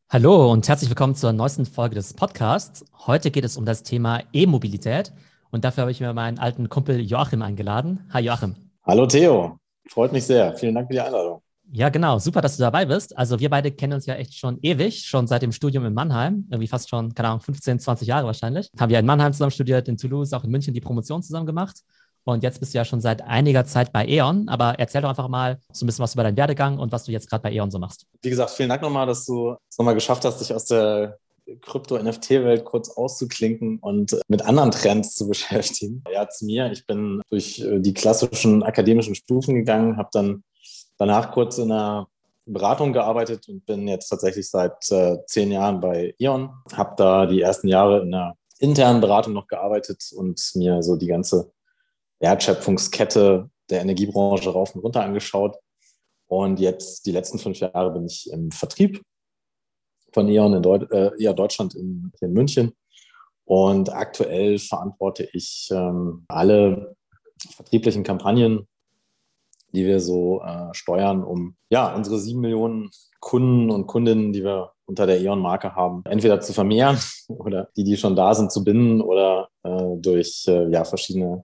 Hallo und herzlich willkommen zur neuesten Folge des Podcasts. Heute geht es um das Thema E-Mobilität und dafür habe ich mir meinen alten Kumpel Joachim eingeladen. Hi Joachim. Hallo Theo, freut mich sehr. Vielen Dank für die Einladung. Ja, genau, super, dass du dabei bist. Also wir beide kennen uns ja echt schon ewig, schon seit dem Studium in Mannheim, irgendwie fast schon, keine Ahnung, 15, 20 Jahre wahrscheinlich. Haben wir in Mannheim zusammen studiert, in Toulouse, auch in München die Promotion zusammen gemacht. Und jetzt bist du ja schon seit einiger Zeit bei E.ON, aber erzähl doch einfach mal so ein bisschen was über deinen Werdegang und was du jetzt gerade bei E.ON so machst. Wie gesagt, vielen Dank nochmal, dass du es nochmal geschafft hast, dich aus der Krypto-NFT-Welt kurz auszuklinken und mit anderen Trends zu beschäftigen. Ja, zu mir. Ich bin durch die klassischen akademischen Stufen gegangen, habe dann danach kurz in einer Beratung gearbeitet und bin jetzt tatsächlich seit 10 Jahren bei E.ON. Habe da die ersten Jahre in einer internen Beratung noch gearbeitet und mir so die ganze Wertschöpfungskette der Energiebranche rauf und runter angeschaut. Und jetzt die letzten 5 Jahre bin ich im Vertrieb von E.ON in Deutschland in München. Und aktuell verantworte ich alle vertrieblichen Kampagnen, die wir so steuern, um ja unsere 7 Millionen Kunden und Kundinnen, die wir unter der E.ON-Marke haben, entweder zu vermehren oder die schon da sind, zu binden oder durch verschiedene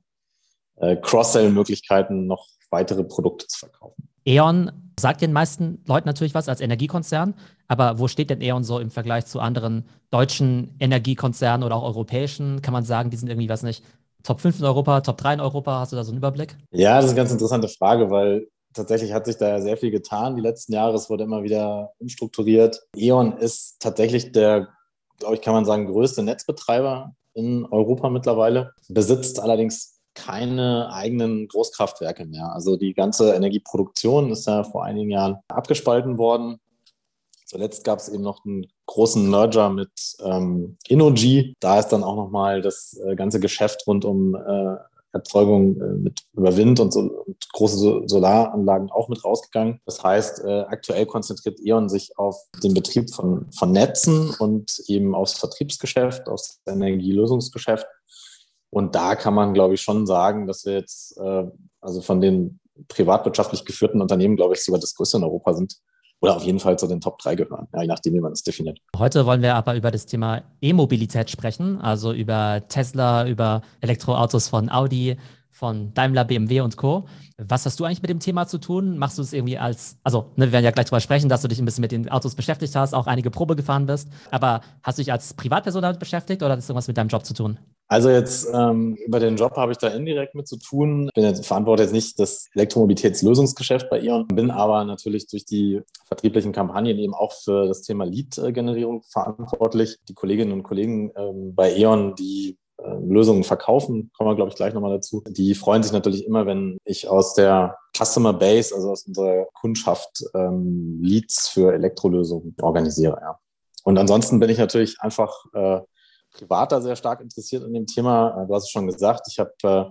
Cross-Sell-Möglichkeiten noch weitere Produkte zu verkaufen. E.ON sagt den meisten Leuten natürlich was als Energiekonzern, aber wo steht denn E.ON so im Vergleich zu anderen deutschen Energiekonzernen oder auch europäischen? Kann man sagen, die sind irgendwie, was nicht, Top 5 in Europa, Top 3 in Europa? Hast du da so einen Überblick? Ja, das ist eine ganz interessante Frage, weil tatsächlich hat sich da ja sehr viel getan die letzten Jahre. Es wurde immer wieder umstrukturiert. E.ON ist tatsächlich der, glaube ich, kann man sagen, größte Netzbetreiber in Europa mittlerweile, besitzt allerdings keine eigenen Großkraftwerke mehr. Also die ganze Energieproduktion ist ja vor einigen Jahren abgespalten worden. Zuletzt gab es eben noch einen großen Merger mit Innogy. Da ist dann auch nochmal das ganze Geschäft rund um Erzeugung über Wind und große Solaranlagen auch mit rausgegangen. Das heißt, aktuell konzentriert E.ON sich auf den Betrieb von Netzen und eben aufs Vertriebsgeschäft, aufs Energielösungsgeschäft. Und da kann man, glaube ich, schon sagen, dass wir jetzt also von den privatwirtschaftlich geführten Unternehmen, glaube ich, sogar das größte in Europa sind. Oder auf jeden Fall zu den Top 3 gehören, ja, je nachdem, wie man es definiert. Heute wollen wir aber über das Thema E-Mobilität sprechen, also über Tesla, über Elektroautos von Audi, von Daimler, BMW und Co. Was hast du eigentlich mit dem Thema zu tun? Machst du es irgendwie also ne, wir werden ja gleich drüber sprechen, dass du dich ein bisschen mit den Autos beschäftigt hast, auch einige Probe gefahren bist, aber hast du dich als Privatperson damit beschäftigt oder hat das irgendwas mit deinem Job zu tun? Also jetzt über den Job habe ich da indirekt mit zu tun. Ich bin jetzt verantworte jetzt nicht das Elektromobilitätslösungsgeschäft bei E.ON, bin aber natürlich durch die vertrieblichen Kampagnen eben auch für das Thema Lead-Generierung verantwortlich. Die Kolleginnen und Kollegen bei E.ON, die Lösungen verkaufen, kommen wir, glaube ich, gleich nochmal dazu. Die freuen sich natürlich immer, wenn ich aus der Customer Base, also aus unserer Kundschaft, Leads für Elektrolösungen organisiere. Ja. Und ansonsten bin ich natürlich einfach privat da sehr stark interessiert an dem Thema. Du hast es schon gesagt, ich habe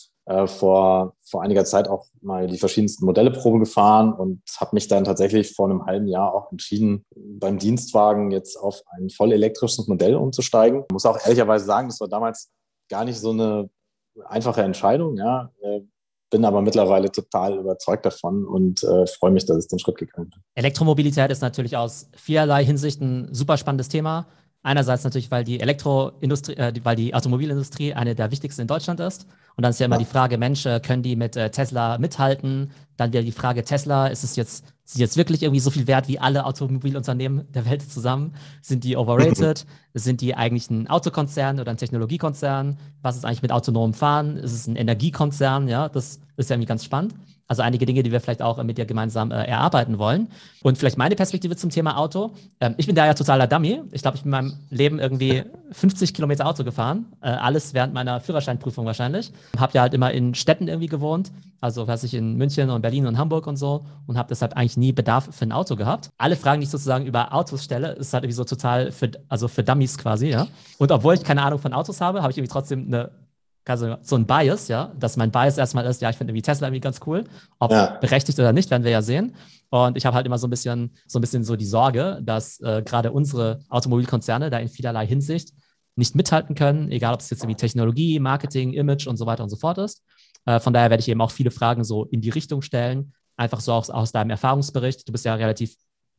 vor einiger Zeit auch mal die verschiedensten Modelle Probe gefahren und habe mich dann tatsächlich vor einem halben Jahr auch entschieden, beim Dienstwagen jetzt auf ein voll elektrisches Modell umzusteigen. Ich muss auch ehrlicherweise sagen, das war damals gar nicht so eine einfache Entscheidung. Ja. Bin aber mittlerweile total überzeugt davon und freue mich, dass ich den Schritt gegangen bin. Elektromobilität ist natürlich aus vielerlei Hinsicht ein super spannendes Thema. Einerseits natürlich, weil die Elektroindustrie, weil die Automobilindustrie eine der wichtigsten in Deutschland ist. Und dann ist ja immer die Ja. Frage, Mensch, können die mit Tesla mithalten? Dann wieder die Frage, Tesla, ist sie jetzt wirklich irgendwie so viel wert wie alle Automobilunternehmen der Welt zusammen? Sind die overrated? Sind die eigentlich ein Autokonzern oder ein Technologiekonzern? Was ist eigentlich mit autonomem Fahren? Ist es ein Energiekonzern? Ja, das ist ja irgendwie ganz spannend. Also einige Dinge, die wir vielleicht auch mit dir gemeinsam erarbeiten wollen. Und vielleicht meine Perspektive zum Thema Auto. Ich bin da ja totaler Dummy. Ich glaube, ich bin in meinem Leben irgendwie 50 Kilometer Auto gefahren. Alles während meiner Führerscheinprüfung wahrscheinlich. Habe ja halt immer in Städten irgendwie gewohnt. Also weiß ich in München und Berlin und Hamburg und so. Und habe deshalb eigentlich nie Bedarf für ein Auto gehabt. Alle Fragen, die ich sozusagen über Autos stelle, ist halt irgendwie so total für Dummies quasi, ja. Und obwohl ich keine Ahnung von Autos habe ich irgendwie trotzdem also so ein Bias, ja, dass mein Bias erstmal ist, ja, ich finde irgendwie Tesla irgendwie ganz cool. Ob Ja. berechtigt oder nicht, werden wir ja sehen. Und ich habe halt immer so ein bisschen so die Sorge, dass gerade unsere Automobilkonzerne da in vielerlei Hinsicht nicht mithalten können, egal ob es jetzt irgendwie Technologie, Marketing, Image und so weiter und so fort ist. Von daher werde ich eben auch viele Fragen so in die Richtung stellen, einfach so aus deinem Erfahrungsbericht. Du bist ja relativ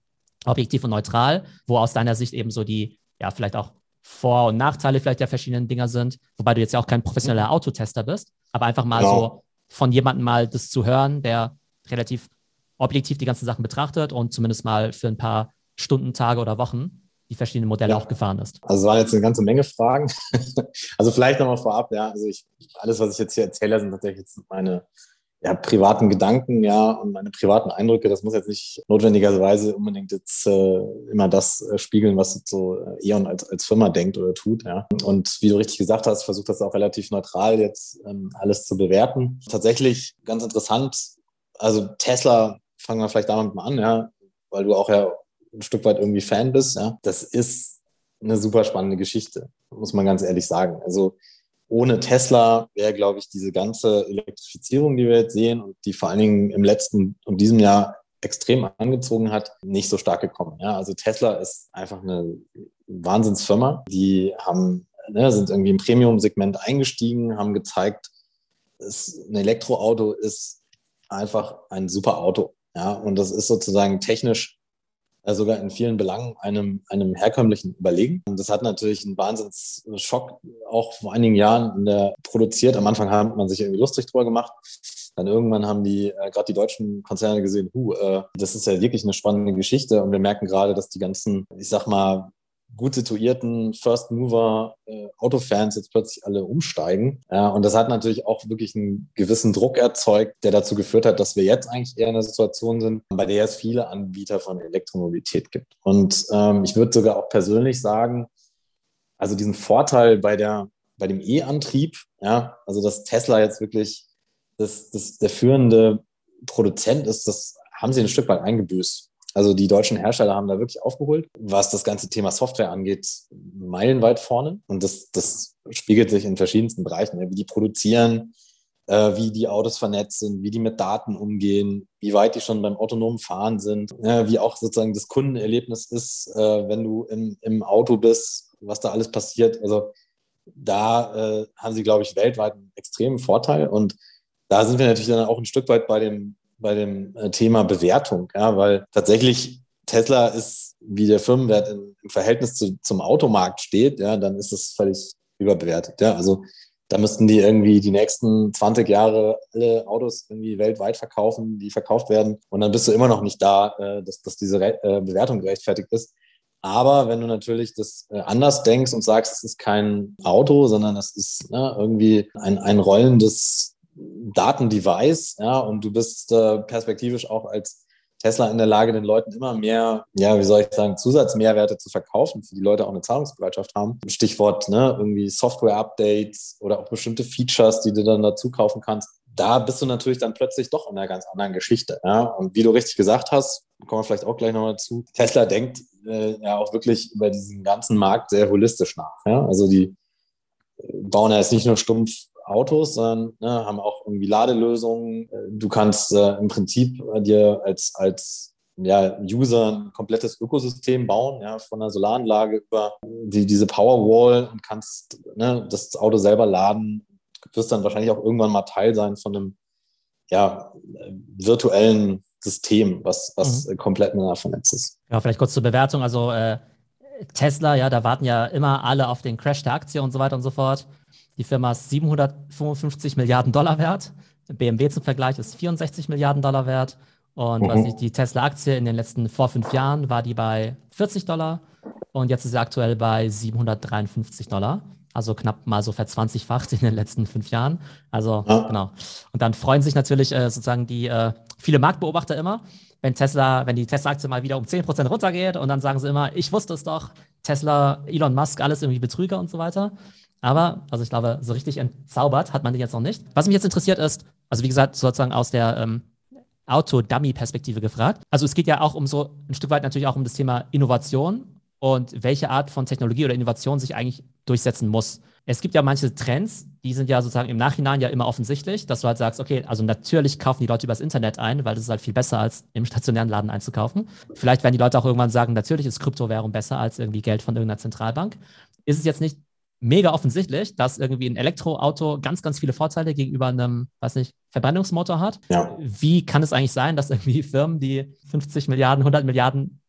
objektiv und neutral, wo aus deiner Sicht eben so die, ja, vielleicht auch Vor- und Nachteile vielleicht der verschiedenen Dinger sind, wobei du jetzt ja auch kein professioneller Autotester bist, aber einfach mal Genau. so von jemandem mal das zu hören, der relativ objektiv die ganzen Sachen betrachtet und zumindest mal für ein paar Stunden, Tage oder Wochen die verschiedenen Modelle auch Ja, gefahren ist. also es waren jetzt eine ganze Menge Fragen. Also vielleicht nochmal vorab, ja, also alles, was ich jetzt hier erzähle, sind tatsächlich jetzt meine privaten Gedanken, ja, und meine privaten Eindrücke. Das muss jetzt nicht notwendigerweise unbedingt jetzt immer das spiegeln, was jetzt so E.ON als Firma denkt oder tut, ja. Und wie du richtig gesagt hast, versucht das auch relativ neutral jetzt alles zu bewerten. Tatsächlich ganz interessant, also Tesla, fangen wir vielleicht damit mal an, ja, weil du auch ja ein Stück weit irgendwie Fan bist, ja. Das ist eine super spannende Geschichte, muss man ganz ehrlich sagen. Also ohne Tesla wäre, glaube ich, diese ganze Elektrifizierung, die wir jetzt sehen und die vor allen Dingen im letzten und diesem Jahr extrem angezogen hat, nicht so stark gekommen. Ja, also Tesla ist einfach eine Wahnsinnsfirma. Die sind irgendwie im Premium-Segment eingestiegen, haben gezeigt, ein Elektroauto ist einfach ein super Auto. Ja, und das ist sozusagen technisch sogar in vielen Belangen einem herkömmlichen überlegen. Und das hat natürlich einen Wahnsinnsschock auch vor einigen Jahren produziert. Am Anfang hat man sich irgendwie lustig drüber gemacht. Dann irgendwann haben gerade die deutschen Konzerne gesehen, das ist ja wirklich eine spannende Geschichte. Und wir merken gerade, dass die ganzen, ich sag mal, gut situierten First Mover Autofans jetzt plötzlich alle umsteigen. Ja, und das hat natürlich auch wirklich einen gewissen Druck erzeugt, der dazu geführt hat, dass wir jetzt eigentlich eher in einer Situation sind, bei der es viele Anbieter von Elektromobilität gibt. Und ich würde sogar auch persönlich sagen, also diesen Vorteil bei dem E-Antrieb, ja, also dass Tesla jetzt wirklich der führende Produzent ist, das haben sie ein Stück weit eingebüßt. Also die deutschen Hersteller haben da wirklich aufgeholt, was das ganze Thema Software angeht, meilenweit vorne. Und das spiegelt sich in verschiedensten Bereichen, wie die produzieren, wie die Autos vernetzt sind, wie die mit Daten umgehen, wie weit die schon beim autonomen Fahren sind, wie auch sozusagen das Kundenerlebnis ist, wenn du im Auto bist, was da alles passiert. Also da haben sie, glaube ich, weltweit einen extremen Vorteil. Und da sind wir natürlich dann auch ein Stück weit bei dem Thema Bewertung, ja, weil tatsächlich Tesla ist, wie der Firmenwert im Verhältnis zum Automarkt steht, ja, dann ist es völlig überbewertet. Ja. Also da müssten die irgendwie die nächsten 20 Jahre alle Autos irgendwie weltweit verkaufen, die verkauft werden. Und dann bist du immer noch nicht da, dass diese Bewertung gerechtfertigt ist. Aber wenn du natürlich das anders denkst und sagst, es ist kein Auto, sondern es ist irgendwie ein rollendes Datendevice, ja, und du bist perspektivisch auch als Tesla in der Lage, den Leuten immer mehr, ja, wie soll ich sagen, Zusatzmehrwerte zu verkaufen, für die Leute auch eine Zahlungsbereitschaft haben. Stichwort, irgendwie Software-Updates oder auch bestimmte Features, die du dann dazu kaufen kannst. Da bist du natürlich dann plötzlich doch in einer ganz anderen Geschichte. Ja? Und wie du richtig gesagt hast, kommen wir vielleicht auch gleich noch dazu, Tesla denkt ja auch wirklich über diesen ganzen Markt sehr holistisch nach. Ja? Also die bauen ja jetzt nicht nur stumpf Autos, sondern haben auch irgendwie Ladelösungen. Du kannst im Prinzip dir als User ein komplettes Ökosystem bauen, ja, von einer Solaranlage über diese Powerwall und kannst das Auto selber laden. Du wirst dann wahrscheinlich auch irgendwann mal Teil sein von einem virtuellen System, was komplett miteinander vernetzt ist. Ja, vielleicht kurz zur Bewertung. Also Tesla, ja, da warten ja immer alle auf den Crash der Aktie und so weiter und so fort. Die Firma ist 755 Milliarden Dollar wert. BMW zum Vergleich ist 64 Milliarden Dollar wert. Und weiß nicht, die Tesla-Aktie in den letzten vor 5 Jahren war die bei 40 Dollar und jetzt ist sie aktuell bei 753 Dollar. Also knapp mal so verzwanzigfacht in den letzten 5 Jahren. Also genau. Und dann freuen sich natürlich sozusagen die viele Marktbeobachter immer, wenn die Tesla-Aktie mal wieder um 10% runtergeht und dann sagen sie immer, ich wusste es doch, Tesla, Elon Musk, alles irgendwie Betrüger und so weiter. Aber, also ich glaube, so richtig entzaubert hat man den jetzt noch nicht. Was mich jetzt interessiert ist, also wie gesagt, sozusagen aus der Auto-Dummy-Perspektive gefragt. Also es geht ja auch um so ein Stück weit natürlich auch um das Thema Innovation und welche Art von Technologie oder Innovation sich eigentlich durchsetzen muss. Es gibt ja manche Trends, die sind ja sozusagen im Nachhinein ja immer offensichtlich, dass du halt sagst, okay, also natürlich kaufen die Leute übers Internet ein, weil das ist halt viel besser, als im stationären Laden einzukaufen. Vielleicht werden die Leute auch irgendwann sagen, natürlich ist Kryptowährung besser als irgendwie Geld von irgendeiner Zentralbank. Ist es jetzt nicht mega offensichtlich, dass irgendwie ein Elektroauto ganz, ganz viele Vorteile gegenüber einem, weiß nicht, Verbrennungsmotor hat? Ja. Wie kann es eigentlich sein, dass irgendwie Firmen, die 50 Milliarden, 100 Milliarden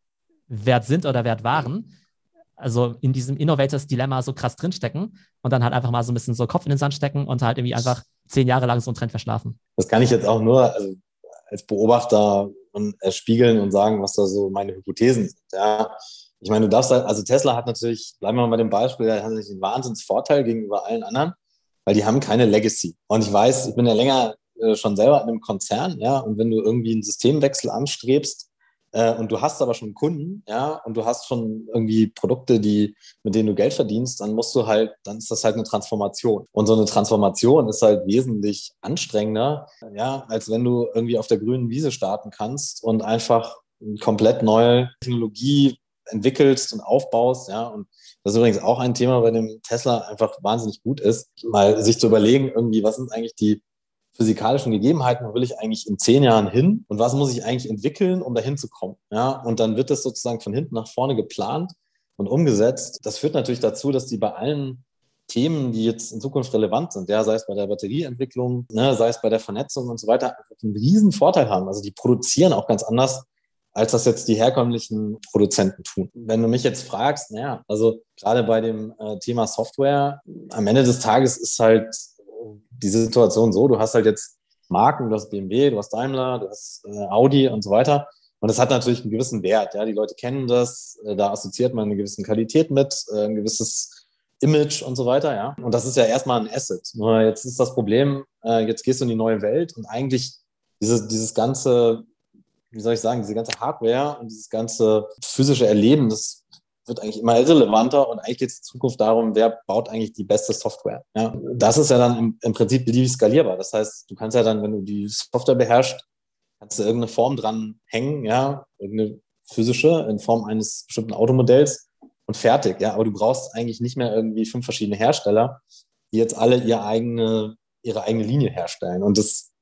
wert sind oder wert waren, also in diesem Innovators Dilemma so krass drinstecken und dann halt einfach mal so ein bisschen so Kopf in den Sand stecken und halt irgendwie einfach 10 Jahre lang so einen Trend verschlafen. Das kann ich jetzt auch nur als Beobachter spiegeln und sagen, was da so meine Hypothesen sind. Ja. Ich meine, du darfst halt, also Tesla hat natürlich, bleiben wir mal bei dem Beispiel, der hat natürlich einen Wahnsinnsvorteil gegenüber allen anderen, weil die haben keine Legacy. Und ich weiß, ich bin ja länger schon selber in einem Konzern, ja, und wenn du irgendwie einen Systemwechsel anstrebst, und du hast aber schon Kunden, ja, und du hast schon irgendwie Produkte, mit denen du Geld verdienst, dann ist das halt eine Transformation. Und so eine Transformation ist halt wesentlich anstrengender, ja, als wenn du irgendwie auf der grünen Wiese starten kannst und einfach eine komplett neue Technologie entwickelst und aufbaust, ja. Und das ist übrigens auch ein Thema, bei dem Tesla einfach wahnsinnig gut ist, mal sich zu überlegen, irgendwie, was sind eigentlich die physikalischen Gegebenheiten, wo will ich eigentlich in 10 Jahren hin und was muss ich eigentlich entwickeln, um dahin zu kommen. Ja? Und dann wird das sozusagen von hinten nach vorne geplant und umgesetzt. Das führt natürlich dazu, dass die bei allen Themen, die jetzt in Zukunft relevant sind, ja, sei es bei der Batterieentwicklung, ne, sei es bei der Vernetzung und so weiter, einen riesen Vorteil haben. Also die produzieren auch ganz anders, als das jetzt die herkömmlichen Produzenten tun. Wenn du mich jetzt fragst, naja, also gerade bei dem Thema Software, am Ende des Tages ist halt die Situation so, du hast halt jetzt Marken, du hast BMW, du hast Daimler, du hast Audi und so weiter. Und das hat natürlich einen gewissen Wert. Ja? Die Leute kennen das, da assoziiert man eine gewisse Qualität mit, ein gewisses Image und so weiter. Ja? Und das ist ja erstmal ein Asset. Nur jetzt ist das Problem, jetzt gehst du in die neue Welt und eigentlich dieses ganze, wie soll ich sagen, diese ganze Hardware und dieses ganze physische Erleben, das wird eigentlich immer irrelevanter und eigentlich geht es in Zukunft darum, wer baut eigentlich die beste Software. Ja? Das ist ja dann im Prinzip beliebig skalierbar. Das heißt, du kannst ja dann, wenn du die Software beherrschst, kannst du irgendeine Form dran hängen, ja, irgendeine physische in Form eines bestimmten Automodells und fertig. Ja? Aber du brauchst eigentlich nicht mehr irgendwie 5 verschiedene Hersteller, die jetzt alle ihre eigene Linie herstellen. Und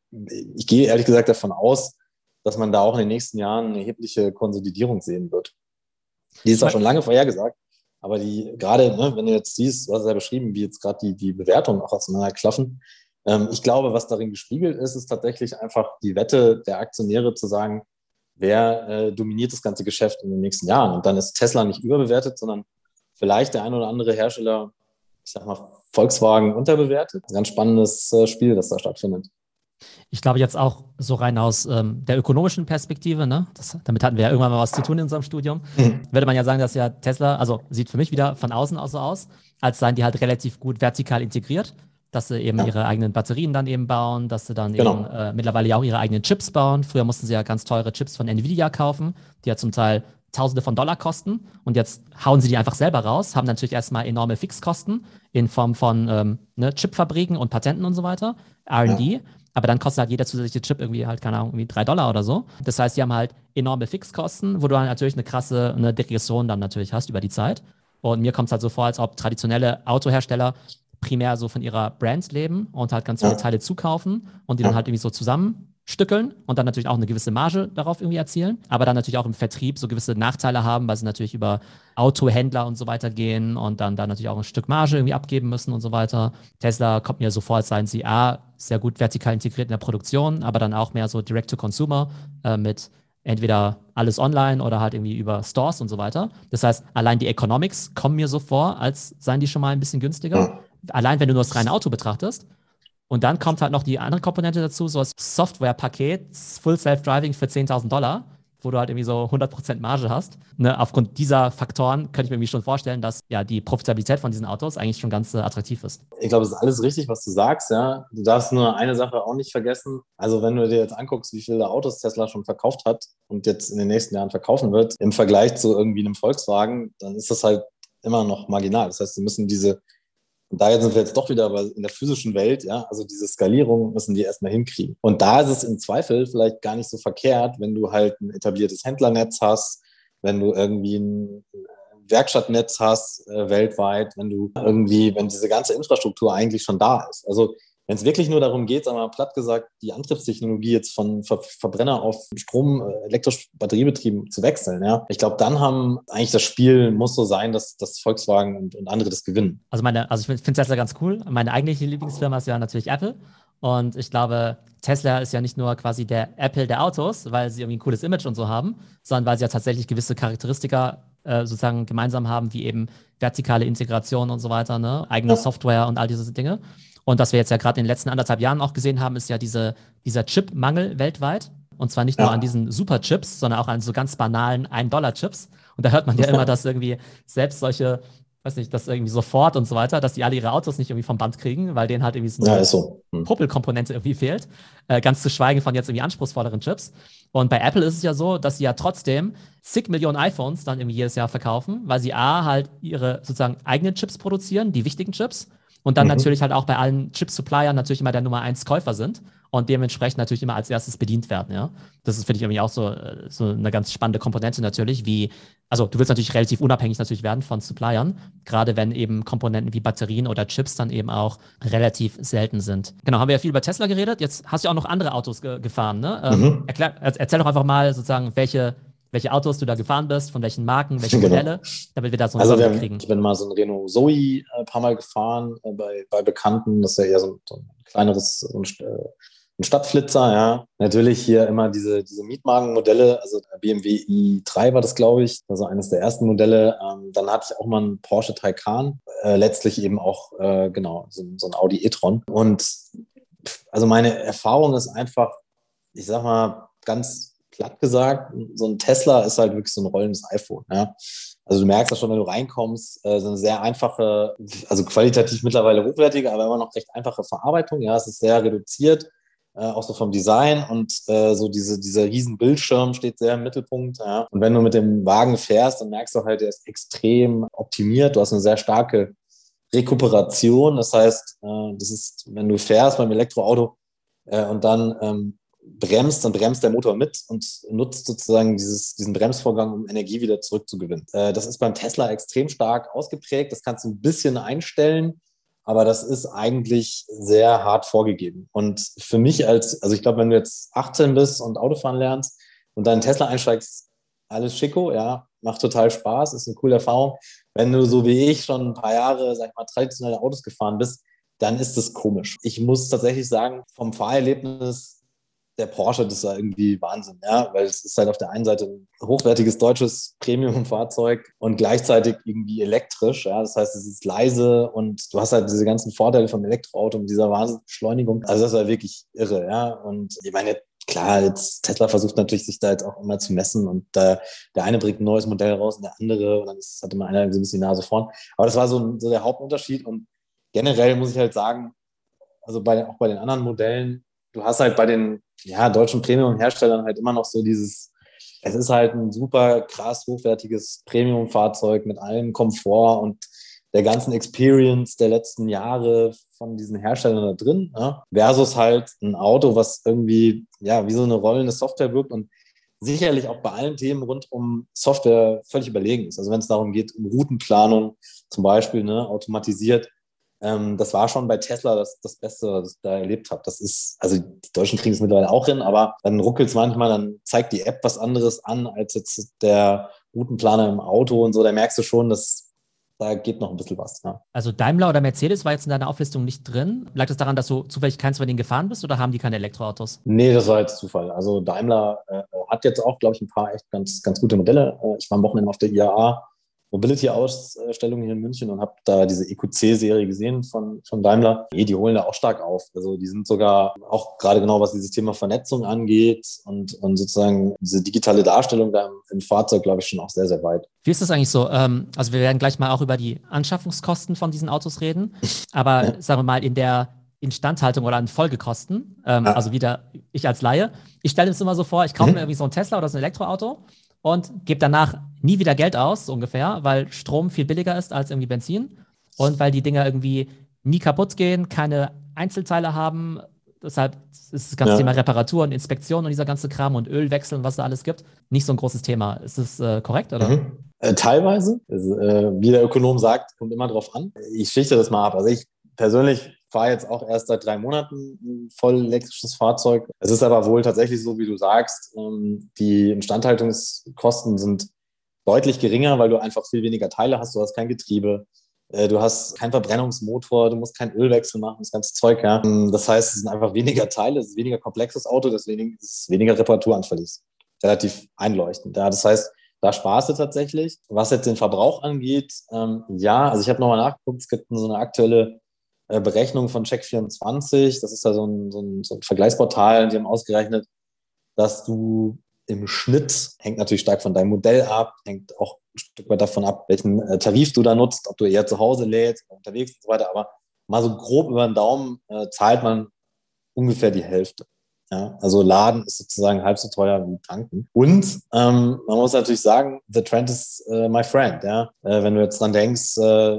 ich gehe ehrlich gesagt davon aus, dass man da auch in den nächsten Jahren eine erhebliche Konsolidierung sehen wird. Die ist auch schon lange vorhergesagt, aber die gerade, ne, wenn du jetzt siehst, du hast ja beschrieben, wie jetzt gerade die Bewertungen auch auseinanderklaffen. Ich glaube, was darin gespiegelt ist, ist tatsächlich einfach die Wette der Aktionäre zu sagen, wer dominiert das ganze Geschäft in den nächsten Jahren. Und dann ist Tesla nicht überbewertet, sondern vielleicht der ein oder andere Hersteller, ich sag mal Volkswagen, unterbewertet. Ein ganz spannendes Spiel, das da stattfindet. Ich glaube jetzt auch so rein aus der ökonomischen Perspektive, ne? Damit hatten wir ja irgendwann mal was zu tun in unserem Studium, würde man ja sagen, dass ja Tesla, also sieht für mich wieder von außen auch so aus, als seien die halt relativ gut vertikal integriert, dass sie eben ihre eigenen Batterien dann eben bauen, dass sie dann eben mittlerweile ja auch ihre eigenen Chips bauen. Früher mussten sie ja ganz teure Chips von Nvidia kaufen, die ja zum Teil Tausende von Dollar kosten und jetzt hauen sie die einfach selber raus, haben natürlich erstmal enorme Fixkosten in Form von Chipfabriken und Patenten und so weiter, R&D. Aber dann kostet halt jeder zusätzliche Chip irgendwie halt, keine Ahnung, irgendwie $3 oder so. Das heißt, die haben halt enorme Fixkosten, wo du dann natürlich eine Degression dann natürlich hast über die Zeit. Und mir kommt es halt so vor, als ob traditionelle Autohersteller primär so von ihrer Brand leben und halt ganz viele Teile zukaufen und die dann halt irgendwie so zusammenstückeln und dann natürlich auch eine gewisse Marge darauf irgendwie erzielen, aber dann natürlich auch im Vertrieb so gewisse Nachteile haben, weil sie natürlich über Autohändler und so weiter gehen und dann natürlich auch ein Stück Marge irgendwie abgeben müssen und so weiter. Tesla kommt mir so vor, als seien sie sehr gut vertikal integriert in der Produktion, aber dann auch mehr so Direct-to-Consumer mit entweder alles online oder halt irgendwie über Stores und so weiter. Das heißt, allein die Economics kommen mir so vor, als seien die schon mal ein bisschen günstiger. Allein wenn du nur das reine Auto betrachtest. Und dann kommt halt noch die andere Komponente dazu, so das Software-Paket, Full Self-Driving für $10.000, wo du halt irgendwie so 100% Marge hast. Ne, aufgrund dieser Faktoren könnte ich mir irgendwie schon vorstellen, dass ja die Profitabilität von diesen Autos eigentlich schon ganz attraktiv ist. Ich glaube, es ist alles richtig, was du sagst. Ja. Du darfst nur eine Sache auch nicht vergessen. Also wenn du dir jetzt anguckst, wie viele Autos Tesla schon verkauft hat und jetzt in den nächsten Jahren verkaufen wird, im Vergleich zu irgendwie einem Volkswagen, dann ist das halt immer noch marginal. Das heißt, sie müssen und da sind wir jetzt doch wieder in der physischen Welt, ja, also diese Skalierung müssen die erstmal hinkriegen. Und da ist es im Zweifel vielleicht gar nicht so verkehrt, wenn du halt ein etabliertes Händlernetz hast, wenn du irgendwie ein Werkstattnetz hast weltweit, wenn diese ganze Infrastruktur eigentlich schon da ist. Also wenn es wirklich nur darum geht, sagen wir mal platt gesagt, die Antriebstechnologie jetzt von Verbrenner auf Strom, elektrisch batteriebetrieben zu wechseln, ja. Ich glaube, dann das Spiel muss so sein, dass Volkswagen und andere das gewinnen. Also ich finde Tesla ganz cool. Meine eigentliche Lieblingsfirma ist ja natürlich Apple. Und ich glaube, Tesla ist ja nicht nur quasi der Apple der Autos, weil sie irgendwie ein cooles Image und so haben, sondern weil sie ja tatsächlich gewisse Charakteristika sozusagen gemeinsam haben, wie eben vertikale Integration und so weiter, ne? Eigene Ja, Software und all diese Dinge. Und was wir jetzt ja gerade in den letzten 1,5 Jahren auch gesehen haben, ist ja dieser Chip-Mangel weltweit. Und zwar nicht nur an ja, diesen Superchips, sondern auch an so ganz banalen 1-Dollar-Chips. Und da hört man ja immer, dass irgendwie selbst solche, weiß nicht, dass irgendwie sofort und so weiter, dass die alle ihre Autos nicht irgendwie vom Band kriegen, weil denen halt irgendwie so ja, eine ist so. Puppelkomponente irgendwie fehlt. Ganz zu schweigen von jetzt irgendwie anspruchsvolleren Chips. Und bei Apple ist es ja so, dass sie ja trotzdem zig Millionen iPhones dann irgendwie jedes Jahr verkaufen, weil sie A, halt ihre sozusagen eigenen Chips produzieren, die wichtigen Chips. Und dann natürlich Mhm. halt auch bei allen Chip-Suppliern natürlich immer der Nummer 1 Käufer sind und dementsprechend natürlich immer als erstes bedient werden, ja. Das ist, finde ich, irgendwie auch so eine ganz spannende Komponente natürlich, wie, also du willst natürlich relativ unabhängig natürlich werden von Suppliern, gerade wenn eben Komponenten wie Batterien oder Chips dann eben auch relativ selten sind. Genau, haben wir ja viel über Tesla geredet. Jetzt hast du auch noch andere Autos gefahren, ne? Mhm. Erzähl doch einfach mal sozusagen, welche Autos du da gefahren bist, von welchen Marken, welche Genau. Modelle, damit wir da so einen Also Überblick kriegen. ich bin mal so ein Renault Zoe ein paar Mal gefahren bei Bekannten. Das ist ja eher so ein kleineres ein Stadtflitzer, ja. Natürlich hier immer diese Mietwagenmodelle, also der BMW i3 war das, glaube ich, also eines der ersten Modelle. Dann hatte ich auch mal einen Porsche Taycan, letztlich eben auch, genau, so ein Audi e-tron. Und also meine Erfahrung ist einfach, ich sag mal ganz platt gesagt, so ein Tesla ist halt wirklich so ein rollendes iPhone. Ja? Also du merkst das schon, wenn du reinkommst, so eine sehr einfache, also qualitativ mittlerweile hochwertige, aber immer noch recht einfache Verarbeitung. Ja, es ist sehr reduziert, auch so vom Design und so dieser riesen Bildschirm steht sehr im Mittelpunkt. Ja? Und wenn du mit dem Wagen fährst, dann merkst du halt, der ist extrem optimiert. Du hast eine sehr starke Rekuperation. Das heißt, das ist, wenn du fährst beim Elektroauto und dann bremst, dann bremst der Motor mit und nutzt sozusagen diesen Bremsvorgang, um Energie wieder zurückzugewinnen. Das ist beim Tesla extrem stark ausgeprägt. Das kannst du ein bisschen einstellen, aber das ist eigentlich sehr hart vorgegeben. Und für mich also ich glaube, wenn du jetzt 18 bist und Autofahren lernst und dann in Tesla einsteigst, alles schicko, ja, macht total Spaß, ist eine coole Erfahrung. Wenn du so wie ich schon ein paar Jahre, sag ich mal, traditionelle Autos gefahren bist, dann ist es komisch. Ich muss tatsächlich sagen, vom Fahrerlebnis der Porsche, das war irgendwie Wahnsinn, ja, weil es ist halt auf der einen Seite ein hochwertiges deutsches Premium-Fahrzeug und gleichzeitig irgendwie elektrisch, ja, das heißt, es ist leise und du hast halt diese ganzen Vorteile vom Elektroauto mit dieser Wahnsinnsbeschleunigung. Also das war wirklich irre, ja, und ich meine, klar, jetzt Tesla versucht natürlich, sich da jetzt auch immer zu messen und der eine bringt ein neues Modell raus und der andere und dann hat immer einer so ein bisschen die Nase vorn. Aber das war so der Hauptunterschied und generell muss ich halt sagen, also auch bei den anderen Modellen, du hast halt bei den deutschen Premium-Herstellern halt immer noch so es ist halt ein super krass hochwertiges Premium-Fahrzeug mit allem Komfort und der ganzen Experience der letzten Jahre von diesen Herstellern da drin, ja, versus halt ein Auto, was irgendwie, ja, wie so eine rollende Software wirkt und sicherlich auch bei allen Themen rund um Software völlig überlegen ist. Also wenn es darum geht, um Routenplanung zum Beispiel, ne, automatisiert, das war schon bei Tesla das Beste, was ich da erlebt habe. Das ist, also die Deutschen kriegen es mittlerweile auch hin, aber dann ruckelt es manchmal, dann zeigt die App was anderes an als jetzt der Routenplaner im Auto und so. Da merkst du schon, dass da geht noch ein bisschen was. Ja. Also Daimler oder Mercedes war jetzt in deiner Auflistung nicht drin. Lag das daran, dass du zufällig keins von denen gefahren bist oder haben die keine Elektroautos? Nee, das war jetzt Zufall. Also Daimler hat jetzt auch, glaube ich, ein paar echt ganz gute Modelle. Ich war am Wochenende auf der IAA Mobility-Ausstellung hier in München und habe da diese EQC-Serie gesehen von Daimler. Die holen da auch stark auf. Also die sind sogar auch gerade genau, was dieses Thema Vernetzung angeht und sozusagen diese digitale Darstellung da im Fahrzeug, glaube ich, schon auch sehr, sehr weit. Wie ist das eigentlich so? Also wir werden gleich mal auch über die Anschaffungskosten von diesen Autos reden, aber Ja. sagen wir mal in der Instandhaltung oder an Folgekosten, also Ah. wieder ich als Laie, ich stelle mir das immer so vor, ich kaufe mir irgendwie Mhm. so ein Tesla oder so ein Elektroauto und gebe danach nie wieder Geld aus, so ungefähr, weil Strom viel billiger ist als irgendwie Benzin und weil die Dinger irgendwie nie kaputt gehen, keine Einzelteile haben. Deshalb ist das ganze Thema Ja. Reparatur und Inspektion und dieser ganze Kram und Ölwechsel und was da alles gibt, nicht so ein großes Thema. Ist das korrekt, oder? Mhm. Teilweise, also, wie der Ökonom sagt, kommt immer drauf an. Ich schichte das mal ab. Also ich persönlich fahre jetzt auch erst seit 3 Monaten ein voll elektrisches Fahrzeug. Es ist aber wohl tatsächlich so, wie du sagst, die Instandhaltungskosten sind deutlich geringer, weil du einfach viel weniger Teile hast. Du hast kein Getriebe. Du hast keinen Verbrennungsmotor, du musst keinen Ölwechsel machen, das ganze Zeug, ja. Das heißt, es sind einfach weniger Teile, es ist weniger komplexes Auto, deswegen ist es weniger Reparaturanfällig. Relativ einleuchtend. Ja. Das heißt, da sparst du tatsächlich. Was jetzt den Verbrauch angeht, ja, also ich habe nochmal nachgeguckt, es gibt so eine aktuelle Berechnung von Check24, das ist ja so ein Vergleichsportal, die haben ausgerechnet, dass du im Schnitt, hängt natürlich stark von deinem Modell ab, hängt auch ein Stück weit davon ab, welchen Tarif du da nutzt, ob du eher zu Hause lädst, unterwegs und so weiter, aber mal so grob über den Daumen zahlt man ungefähr die Hälfte. Ja, also Laden ist sozusagen halb so teuer wie tanken. Und man muss natürlich sagen, the trend is my friend. Ja? Wenn du jetzt dran denkst,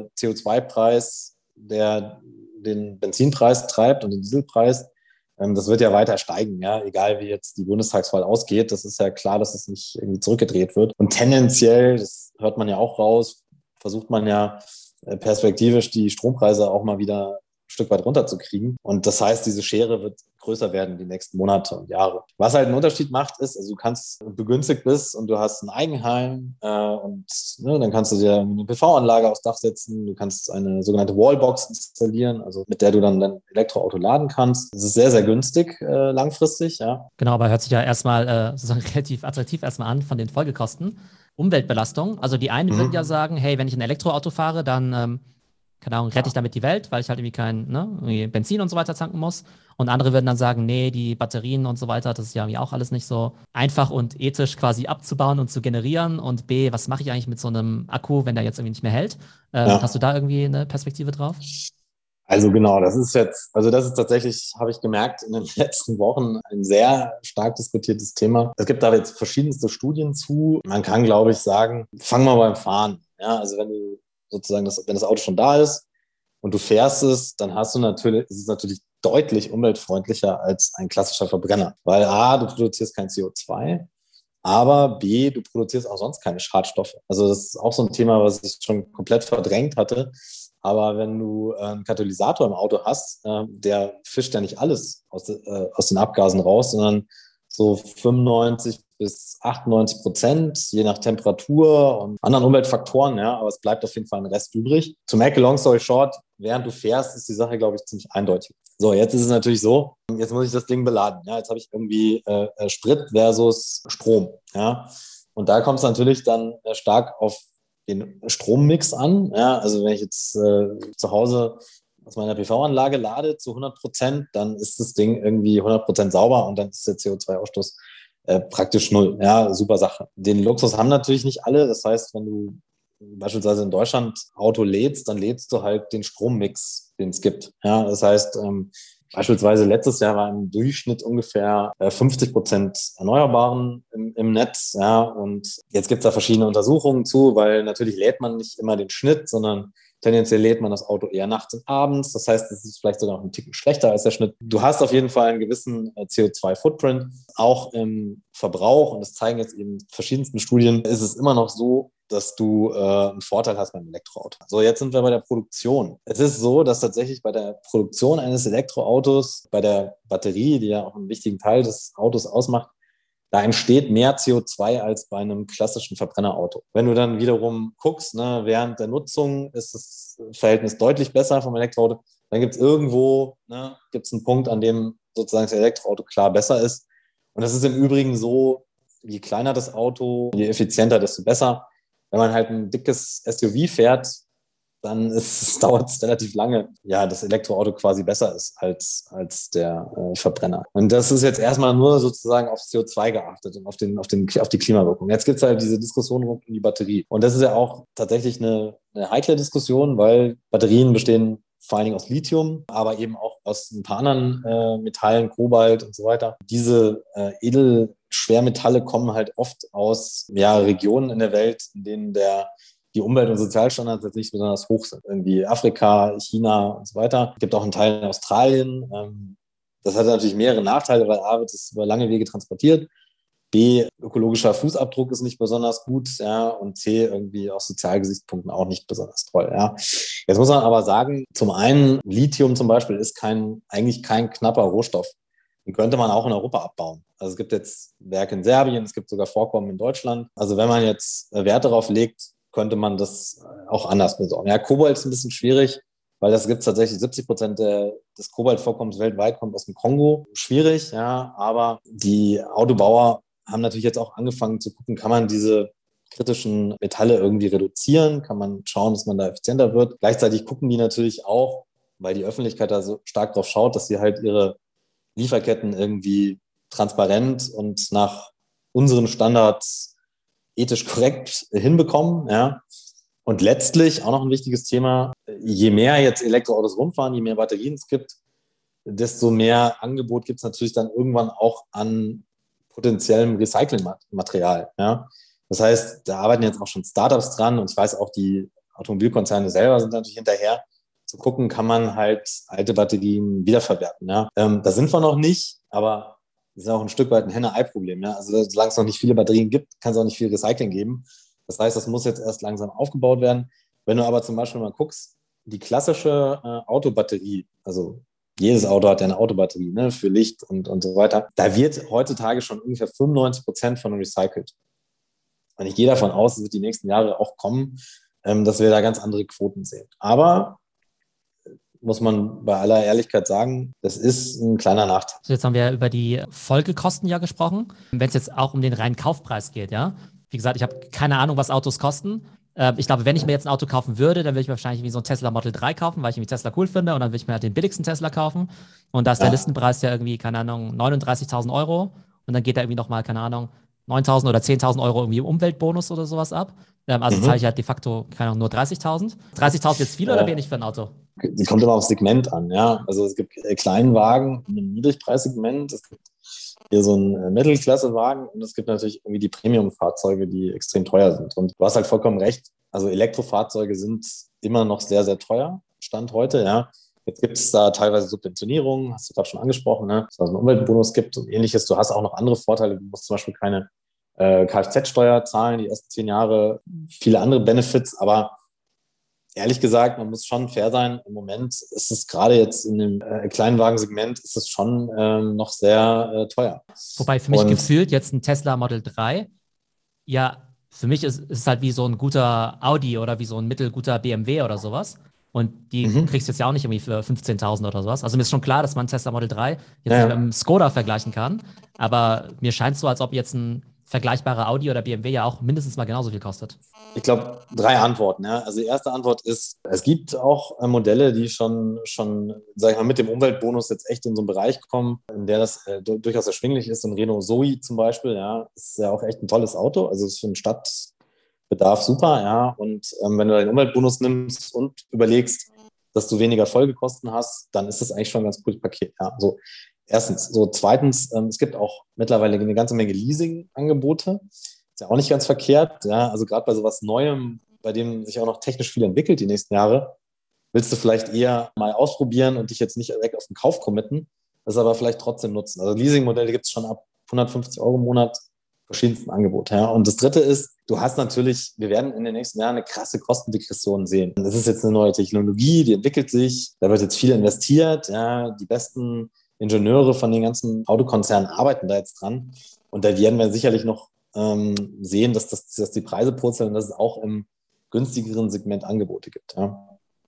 CO2-Preis, der den Benzinpreis treibt und den Dieselpreis, das wird ja weiter steigen, ja, egal wie jetzt die Bundestagswahl ausgeht. Das ist ja klar, dass es nicht irgendwie zurückgedreht wird. Und tendenziell, das hört man ja auch raus, versucht man ja perspektivisch die Strompreise auch mal wieder Stück weit runterzukriegen. Und das heißt, diese Schere wird größer werden die nächsten Monate und Jahre. Was halt einen Unterschied macht, ist, also du kannst begünstigt bist und du hast ein Eigenheim und dann kannst du dir eine PV-Anlage aufs Dach setzen, du kannst eine sogenannte Wallbox installieren, also mit der du dann dein Elektroauto laden kannst. Das ist sehr, sehr günstig langfristig, ja. Genau, aber hört sich ja erstmal sozusagen relativ attraktiv erstmal an von den Folgekosten. Umweltbelastung. Also die einen würden ja sagen, hey, wenn ich ein Elektroauto fahre, dann keine Ahnung, rette ich damit die Welt, weil ich halt irgendwie kein irgendwie Benzin und so weiter tanken muss. Und andere würden dann sagen, nee, die Batterien und so weiter, das ist ja irgendwie auch alles nicht so einfach und ethisch quasi abzubauen und zu generieren. Und B, was mache ich eigentlich mit so einem Akku, wenn der jetzt irgendwie nicht mehr hält? Hast du da irgendwie eine Perspektive drauf? Also genau, das ist tatsächlich, habe ich gemerkt, in den letzten Wochen ein sehr stark diskutiertes Thema. Es gibt da jetzt verschiedenste Studien zu. Man kann, glaube ich, sagen, fang mal beim Fahren. Ja, also wenn du sozusagen wenn das Auto schon da ist und du fährst es, dann ist es natürlich deutlich umweltfreundlicher als ein klassischer Verbrenner. Weil A, du produzierst kein CO2, aber B, du produzierst auch sonst keine Schadstoffe. Also das ist auch so ein Thema, was ich schon komplett verdrängt hatte. Aber wenn du einen Katalysator im Auto hast, der fischt ja nicht alles aus den Abgasen raus, sondern so 95 bis 98%, je nach Temperatur und anderen Umweltfaktoren, ja, aber es bleibt auf jeden Fall ein Rest übrig. To make a long story short, während du fährst, ist die Sache, glaube ich, ziemlich eindeutig. So, jetzt ist es natürlich so, jetzt muss ich das Ding beladen. Ja, jetzt habe ich irgendwie Sprit versus Strom. Ja, und da kommt es natürlich dann stark auf den Strommix an. Ja, also wenn ich jetzt zu Hause aus meiner PV-Anlage lade zu 100%, dann ist das Ding irgendwie 100% sauber und dann ist der CO2-Ausstoß praktisch null. Ja, super Sache. Den Luxus haben natürlich nicht alle. Das heißt, wenn du beispielsweise in Deutschland Auto lädst, dann lädst du halt den Strommix, den es gibt. Ja, das heißt, beispielsweise letztes Jahr war im Durchschnitt ungefähr 50% Erneuerbaren im Netz. Ja, und jetzt gibt es da verschiedene Untersuchungen zu, weil natürlich lädt man nicht immer den Schnitt, sondern tendenziell lädt man das Auto eher nachts und abends. Das heißt, es ist vielleicht sogar noch ein Ticken schlechter als der Schnitt. Du hast auf jeden Fall einen gewissen CO2-Footprint, auch im Verbrauch. Und das zeigen jetzt eben verschiedensten Studien, ist es immer noch so, dass du einen Vorteil hast beim Elektroauto. So, jetzt sind wir bei der Produktion. Es ist so, dass tatsächlich bei der Produktion eines Elektroautos, bei der Batterie, die ja auch einen wichtigen Teil des Autos ausmacht, da entsteht mehr CO2 als bei einem klassischen Verbrennerauto. Wenn du dann wiederum guckst, ne, während der Nutzung ist das Verhältnis deutlich besser vom Elektroauto, dann gibt es irgendwo gibt's einen Punkt, an dem sozusagen das Elektroauto klar besser ist. Und das ist im Übrigen so, je kleiner das Auto, je effizienter, desto besser. Wenn man halt ein dickes SUV fährt, dann dauert es relativ lange, ja, das Elektroauto quasi besser ist als der Verbrenner. Und das ist jetzt erstmal nur sozusagen aufs CO2 geachtet und auf die Klimawirkung. Jetzt gibt es halt diese Diskussion rund um die Batterie. Und das ist ja auch tatsächlich eine heikle Diskussion, weil Batterien bestehen vor allen Dingen aus Lithium, aber eben auch aus ein paar anderen Metallen, Kobalt und so weiter. Diese Edelschwermetalle kommen halt oft aus Regionen in der Welt, in denen die Umwelt- und Sozialstandards jetzt nicht besonders hoch sind. Irgendwie Afrika, China und so weiter. Es gibt auch einen Teil in Australien. Das hat natürlich mehrere Nachteile, weil A, wird es über lange Wege transportiert. B, ökologischer Fußabdruck ist nicht besonders gut, ja, und C, irgendwie aus Sozialgesichtspunkten auch nicht besonders toll, ja. Jetzt muss man aber sagen, zum einen, Lithium zum Beispiel ist eigentlich kein knapper Rohstoff. Den könnte man auch in Europa abbauen. Also es gibt jetzt Werke in Serbien, es gibt sogar Vorkommen in Deutschland. Also wenn man jetzt Wert darauf legt, könnte man das auch anders besorgen. Ja, Kobalt ist ein bisschen schwierig, weil das gibt es tatsächlich 70% des Kobaltvorkommens weltweit kommt aus dem Kongo. Schwierig, ja, aber die Autobauer haben natürlich jetzt auch angefangen zu gucken, kann man diese kritischen Metalle irgendwie reduzieren, kann man schauen, dass man da effizienter wird. Gleichzeitig gucken die natürlich auch, weil die Öffentlichkeit da so stark drauf schaut, dass sie halt ihre Lieferketten irgendwie transparent und nach unseren Standards ethisch korrekt hinbekommen, ja. Und letztlich auch noch ein wichtiges Thema, je mehr jetzt Elektroautos rumfahren, je mehr Batterien es gibt, desto mehr Angebot gibt es natürlich dann irgendwann auch an potenziellem Recyclingmaterial. Ja? Das heißt, da arbeiten jetzt auch schon Startups dran und ich weiß auch, die Automobilkonzerne selber sind natürlich hinterher, zu gucken, kann man halt alte Batterien wiederverwerten. Ja? Da sind wir noch nicht, aber das ist auch ein Stück weit ein Henne-Ei-Problem. Ja? Also solange es noch nicht viele Batterien gibt, kann es auch nicht viel Recycling geben. Das heißt, das muss jetzt erst langsam aufgebaut werden. Wenn du aber zum Beispiel mal guckst, die klassische Autobatterie, also jedes Auto hat ja eine Autobatterie, ne, für Licht und so weiter, da wird heutzutage schon ungefähr 95% von recycelt. Und ich gehe davon aus, es wird die nächsten Jahre auch kommen, dass wir da ganz andere Quoten sehen. Aber muss man bei aller Ehrlichkeit sagen, das ist ein kleiner Nachteil. So, jetzt haben wir über die Folgekosten ja gesprochen. Wenn es jetzt auch um den reinen Kaufpreis geht, ja. Wie gesagt, ich habe keine Ahnung, was Autos kosten. Ich glaube, wenn ich mir jetzt ein Auto kaufen würde, dann würde ich mir wahrscheinlich wie so ein Tesla Model 3 kaufen, weil ich irgendwie Tesla cool finde und dann würde ich mir halt den billigsten Tesla kaufen. Und da ist der Listenpreis ja irgendwie, keine Ahnung, 39.000 Euro und dann geht da irgendwie nochmal, keine Ahnung, 9.000 oder 10.000 Euro irgendwie Umweltbonus oder sowas ab. Also zahle ich halt de facto, keine Ahnung, nur 30.000. 30.000 jetzt viel oder wenig für ein Auto? Die kommt immer aufs Segment an, ja. Also es gibt kleinen Wagen in einem Niedrigpreissegment, es gibt hier so einen Mittelklasse-Wagen und es gibt natürlich irgendwie die Premium-Fahrzeuge, die extrem teuer sind. Und du hast halt vollkommen recht, also Elektrofahrzeuge sind immer noch sehr, sehr teuer, Stand heute, ja. Jetzt gibt es da teilweise Subventionierungen, hast du gerade schon angesprochen, ne? Dass es einen Umweltbonus gibt und ähnliches. Du hast auch noch andere Vorteile. Du musst zum Beispiel keine Kfz-Steuer zahlen, die ersten 10 Jahre, viele andere Benefits, aber ehrlich gesagt, man muss schon fair sein. Im Moment ist es gerade jetzt in dem Kleinwagensegment ist es schon noch sehr teuer. Wobei für mich gefühlt jetzt ein Tesla Model 3, ja, für mich ist es halt wie so ein guter Audi oder wie so ein mittelguter BMW oder sowas. Und die kriegst du jetzt ja auch nicht irgendwie für 15.000 oder sowas. Also mir ist schon klar, dass man Tesla Model 3 jetzt nicht mit einem Skoda vergleichen kann. Aber mir scheint so, als ob jetzt ein vergleichbarer Audi oder BMW ja auch mindestens mal genauso viel kostet. Ich glaube, 3 Antworten. Ja. Also die erste Antwort ist, es gibt auch Modelle, die schon, sag ich mal, mit dem Umweltbonus jetzt echt in so einen Bereich kommen, in der das durchaus erschwinglich ist. Ein Renault Zoe zum Beispiel, ja, ist ja auch echt ein tolles Auto. Also ist für den Stadtbedarf super, ja. Und wenn du den Umweltbonus nimmst und überlegst, dass du weniger Folgekosten hast, dann ist das eigentlich schon ein ganz cooles Paket. Ja. Also erstens. So, zweitens, es gibt auch mittlerweile eine ganze Menge Leasing-Angebote. Ist ja auch nicht ganz verkehrt. Ja? Also gerade bei sowas Neuem, bei dem sich auch noch technisch viel entwickelt die nächsten Jahre, willst du vielleicht eher mal ausprobieren und dich jetzt nicht direkt auf den Kauf committen, das aber vielleicht trotzdem nutzen. Also Leasing-Modelle gibt es schon ab 150 Euro im Monat, verschiedensten Angebote. Ja? Und das Dritte ist, du hast natürlich, wir werden in den nächsten Jahren eine krasse Kostendegression sehen. Das ist jetzt eine neue Technologie, die entwickelt sich, da wird jetzt viel investiert. Ja? Die besten Ingenieure von den ganzen Autokonzernen arbeiten da jetzt dran. Und da werden wir sicherlich noch sehen, dass die Preise purzeln und dass es auch im günstigeren Segment Angebote gibt. Ja.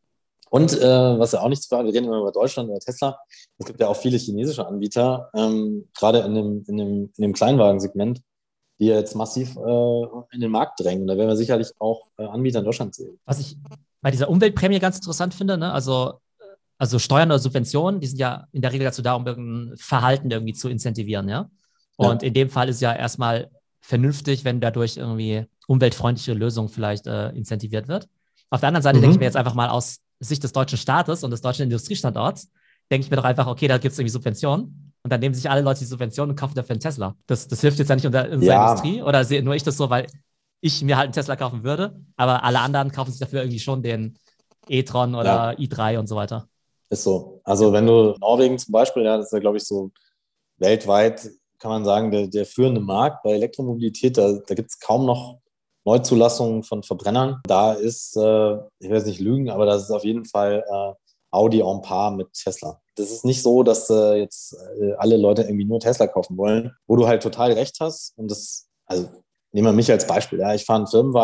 Und was ja auch nicht zu verraten, wir reden immer über Deutschland oder Tesla. Es gibt ja auch viele chinesische Anbieter, gerade in dem Kleinwagensegment, die jetzt massiv in den Markt drängen. Da werden wir sicherlich auch Anbieter in Deutschland sehen. Was ich bei dieser Umweltprämie ganz interessant finde, ne? Also Steuern oder Subventionen, die sind ja in der Regel dazu da, um irgendein Verhalten irgendwie zu incentivieren, ja. Und in dem Fall ist ja erstmal vernünftig, wenn dadurch irgendwie umweltfreundliche Lösungen vielleicht incentiviert wird. Auf der anderen Seite denke ich mir jetzt einfach mal aus Sicht des deutschen Staates und des deutschen Industriestandorts, denke ich mir doch einfach, okay, da gibt es irgendwie Subventionen und dann nehmen sich alle Leute die Subventionen und kaufen dafür einen Tesla. Das hilft jetzt ja nicht in unserer Industrie oder sehe nur ich das so, weil ich mir halt einen Tesla kaufen würde, aber alle anderen kaufen sich dafür irgendwie schon den e-tron oder i3 und so weiter. Ist so. Also wenn du Norwegen zum Beispiel, ja, das ist ja, glaube ich, so weltweit, kann man sagen, der führende Markt bei Elektromobilität, da gibt es kaum noch Neuzulassungen von Verbrennern. Da ist, ich will jetzt nicht lügen, aber das ist auf jeden Fall Audi en par mit Tesla. Das ist nicht so, dass jetzt alle Leute irgendwie nur Tesla kaufen wollen, wo du halt total recht hast. Und das, also nehmen wir mich als Beispiel. Ja, ich fahre einen Firmenwagen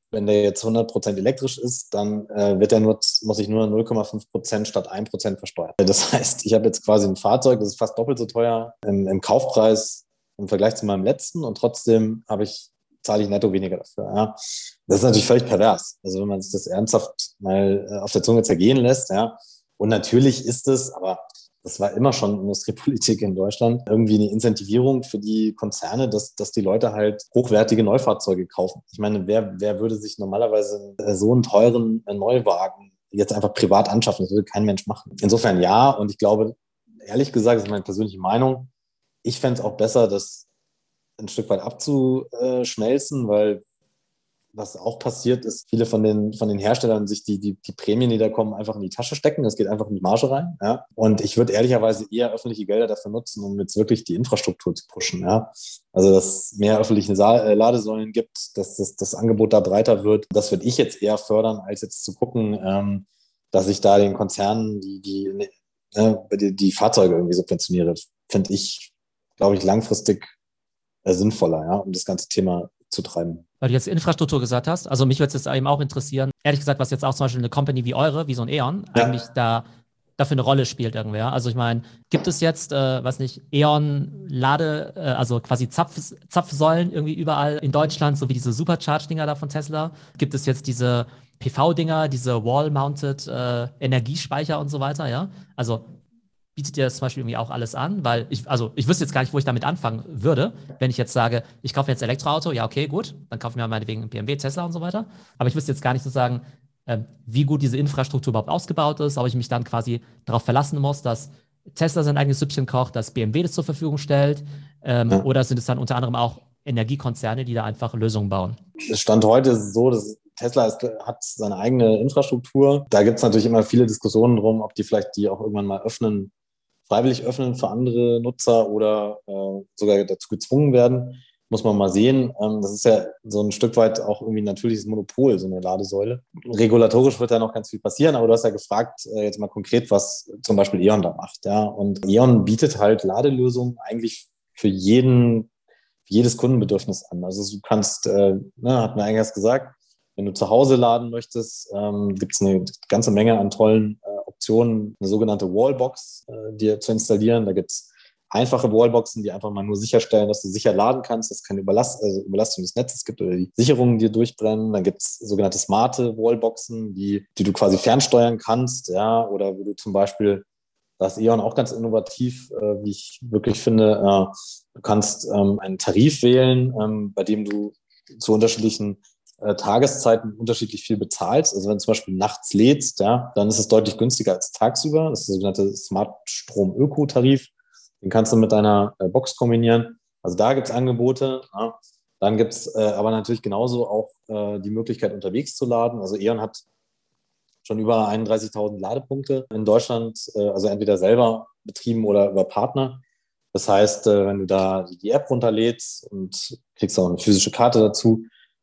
wenn der jetzt 100% elektrisch ist, dann muss ich nur 0,5% statt 1% versteuern. Das heißt, ich habe jetzt quasi ein Fahrzeug, das ist fast doppelt so teuer im Kaufpreis im Vergleich zu meinem letzten und trotzdem zahle ich netto weniger dafür. Ja. Das ist natürlich völlig pervers. Also wenn man sich das ernsthaft mal auf der Zunge zergehen lässt, ja. Und natürlich ist es, aber das war immer schon Industriepolitik in Deutschland, irgendwie eine Incentivierung für die Konzerne, dass die Leute halt hochwertige Neufahrzeuge kaufen. Ich meine, wer würde sich normalerweise so einen teuren Neuwagen jetzt einfach privat anschaffen? Das würde kein Mensch machen. Insofern ja, und ich glaube, ehrlich gesagt, das ist meine persönliche Meinung, ich fände es auch besser, das ein Stück weit abzuschmelzen, weil was auch passiert ist, viele von den Herstellern sich die Prämien, die da kommen, einfach in die Tasche stecken. Das geht einfach in die Marge rein. Ja? Und ich würde ehrlicherweise eher öffentliche Gelder dafür nutzen, um jetzt wirklich die Infrastruktur zu pushen. Ja? Also, dass es mehr öffentliche Ladesäulen gibt, dass das Angebot da breiter wird. Das würde ich jetzt eher fördern, als jetzt zu gucken, dass ich da den Konzernen die Fahrzeuge irgendwie subventioniere. Finde ich, glaube ich, langfristig sinnvoller, ja, um das ganze Thema zu treiben. Weil du jetzt Infrastruktur gesagt hast, also mich würde es jetzt eben auch interessieren, ehrlich gesagt, was jetzt auch zum Beispiel eine Company wie eure, wie so ein E.ON, eigentlich dafür eine Rolle spielt irgendwer. Also ich meine, gibt es jetzt, weiß nicht, E.ON-Lade, also quasi Zapfsäulen irgendwie überall in Deutschland, so wie diese Supercharge-Dinger da von Tesla? Gibt es jetzt diese PV-Dinger, diese Wall-Mounted Energiespeicher und so weiter, ja? Also bietet ihr das zum Beispiel irgendwie auch alles an? Weil ich wüsste jetzt gar nicht, wo ich damit anfangen würde, wenn ich jetzt sage, ich kaufe jetzt ein Elektroauto, ja, okay, gut, dann kaufe ich mir meinetwegen einen BMW, Tesla und so weiter. Aber ich wüsste jetzt gar nicht sozusagen, wie gut diese Infrastruktur überhaupt ausgebaut ist, ob ich mich dann quasi darauf verlassen muss, dass Tesla sein eigenes Süppchen kocht, dass BMW das zur Verfügung stellt, oder sind es dann unter anderem auch Energiekonzerne, die da einfach Lösungen bauen? Stand heute ist es so, dass Tesla hat seine eigene Infrastruktur. Da gibt es natürlich immer viele Diskussionen drum, ob die vielleicht die auch irgendwann mal freiwillig öffnen für andere Nutzer oder sogar dazu gezwungen werden. Muss man mal sehen. Das ist ja so ein Stück weit auch irgendwie ein natürliches Monopol, so eine Ladesäule. Regulatorisch wird da noch ganz viel passieren, aber du hast ja gefragt, jetzt mal konkret, was zum Beispiel E.ON da macht. Ja? Und E.ON bietet halt Ladelösungen eigentlich für jedes Kundenbedürfnis an. Also du kannst, hat mir eingangs gesagt, wenn du zu Hause laden möchtest, gibt es eine ganze Menge an tollen Optionen, eine sogenannte Wallbox dir zu installieren. Da gibt es einfache Wallboxen, die einfach mal nur sicherstellen, dass du sicher laden kannst, dass es keine Überlastung des Netzes gibt oder die Sicherungen dir durchbrennen. Dann gibt es sogenannte smarte Wallboxen, die du quasi fernsteuern kannst, ja, oder wo du zum Beispiel, das ist E.ON auch ganz innovativ, wie ich wirklich finde, du kannst einen Tarif wählen, bei dem du zu unterschiedlichen Tageszeiten unterschiedlich viel bezahlst. Also wenn du zum Beispiel nachts lädst, ja, dann ist es deutlich günstiger als tagsüber. Das ist der sogenannte Smart Strom Öko-Tarif. Den kannst du mit deiner Box kombinieren. Also da gibt es Angebote. Ja. Dann gibt es aber natürlich genauso auch die Möglichkeit, unterwegs zu laden. Also E.ON hat schon über 31.000 Ladepunkte in Deutschland, also entweder selber betrieben oder über Partner. Das heißt, wenn du da die App runterlädst und kriegst auch eine physische Karte dazu,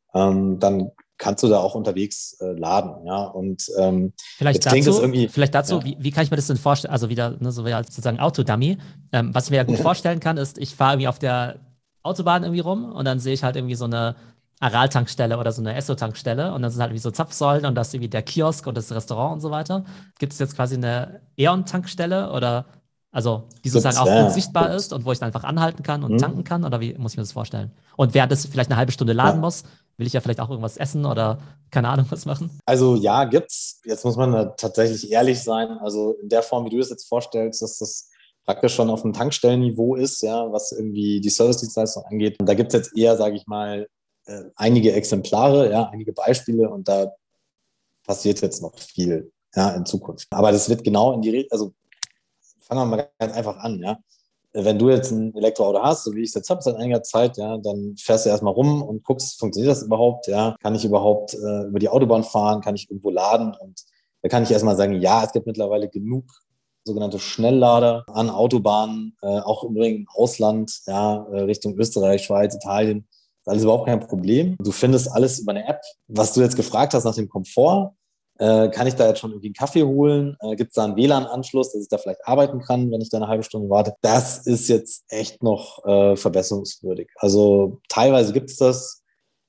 dann kannst du da auch unterwegs laden. Ja? Und Vielleicht jetzt klingt es dazu, irgendwie. wie kann ich mir das denn vorstellen? Also wieder, ne, so wie als sozusagen Autodummy. Was ich mir ja gut vorstellen kann, ist, ich fahre irgendwie auf der Autobahn irgendwie rum und dann sehe ich halt irgendwie so eine Aral-Tankstelle oder so eine Esso-Tankstelle und dann sind halt irgendwie so Zapfsäulen und das ist irgendwie der Kiosk und das Restaurant und so weiter. Gibt es jetzt quasi eine E.ON-Tankstelle oder also die sozusagen auch gut sichtbar ist und wo ich dann einfach anhalten kann und tanken kann? Oder wie muss ich mir das vorstellen? Und während es vielleicht eine halbe Stunde laden muss, will ich ja vielleicht auch irgendwas essen oder keine Ahnung was machen? Also ja, gibt's. Jetzt muss man da tatsächlich ehrlich sein. Also in der Form, wie du es jetzt vorstellst, dass das praktisch schon auf einem Tankstellenniveau ist, ja, was irgendwie die Servicedienstleistung angeht. Und da gibt es jetzt eher, sage ich mal, einige Exemplare, ja, einige Beispiele und da passiert jetzt noch viel, ja, in Zukunft. Aber das wird genau in die Richtung, also fangen wir mal ganz einfach an, ja. Wenn du jetzt ein Elektroauto hast, so wie ich es jetzt habe seit einiger Zeit, ja, dann fährst du erstmal rum und guckst, funktioniert das überhaupt, ja? Kann ich überhaupt über die Autobahn fahren? Kann ich irgendwo laden? Und da kann ich erstmal sagen, ja, es gibt mittlerweile genug sogenannte Schnelllader an Autobahnen, auch übrigens im Ausland, ja, Richtung Österreich, Schweiz, Italien. Das ist alles überhaupt kein Problem. Du findest alles über eine App. Was du jetzt gefragt hast nach dem Komfort, kann ich da jetzt schon irgendwie einen Kaffee holen? Gibt es da einen WLAN-Anschluss, dass ich da vielleicht arbeiten kann, wenn ich da eine halbe Stunde warte? Das ist jetzt echt noch verbesserungswürdig. Also teilweise gibt es das.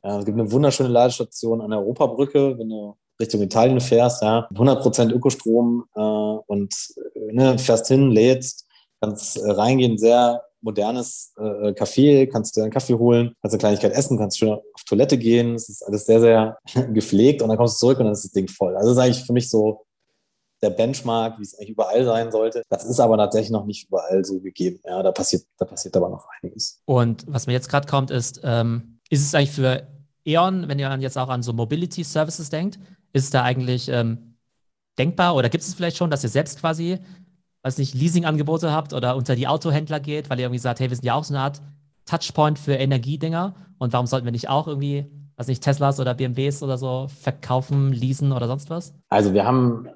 Ja, es gibt eine wunderschöne Ladestation an der Europabrücke, wenn du Richtung Italien fährst, ja, 100% Ökostrom und fährst hin, lädst, kannst reingehen, sehr modernes Café, kannst dir einen Kaffee holen, kannst eine Kleinigkeit essen, kannst schön auf Toilette gehen, es ist alles sehr, sehr gepflegt und dann kommst du zurück und dann ist das Ding voll. Also das ist eigentlich für mich so der Benchmark, wie es eigentlich überall sein sollte. Das ist aber tatsächlich noch nicht überall so gegeben. Ja, da passiert aber noch einiges. Und was mir jetzt gerade kommt, ist es eigentlich für E.ON, wenn ihr dann jetzt auch an so Mobility Services denkt, ist es da eigentlich denkbar oder gibt es vielleicht schon, dass ihr selbst quasi, weiß nicht, Leasing-Angebote habt oder unter die Autohändler geht, weil ihr irgendwie sagt, hey, wir sind ja auch so eine Art Touchpoint für Energiedinger und warum sollten wir nicht auch irgendwie, weiß nicht, Teslas oder BMWs oder so verkaufen, leasen oder sonst was? Also wir haben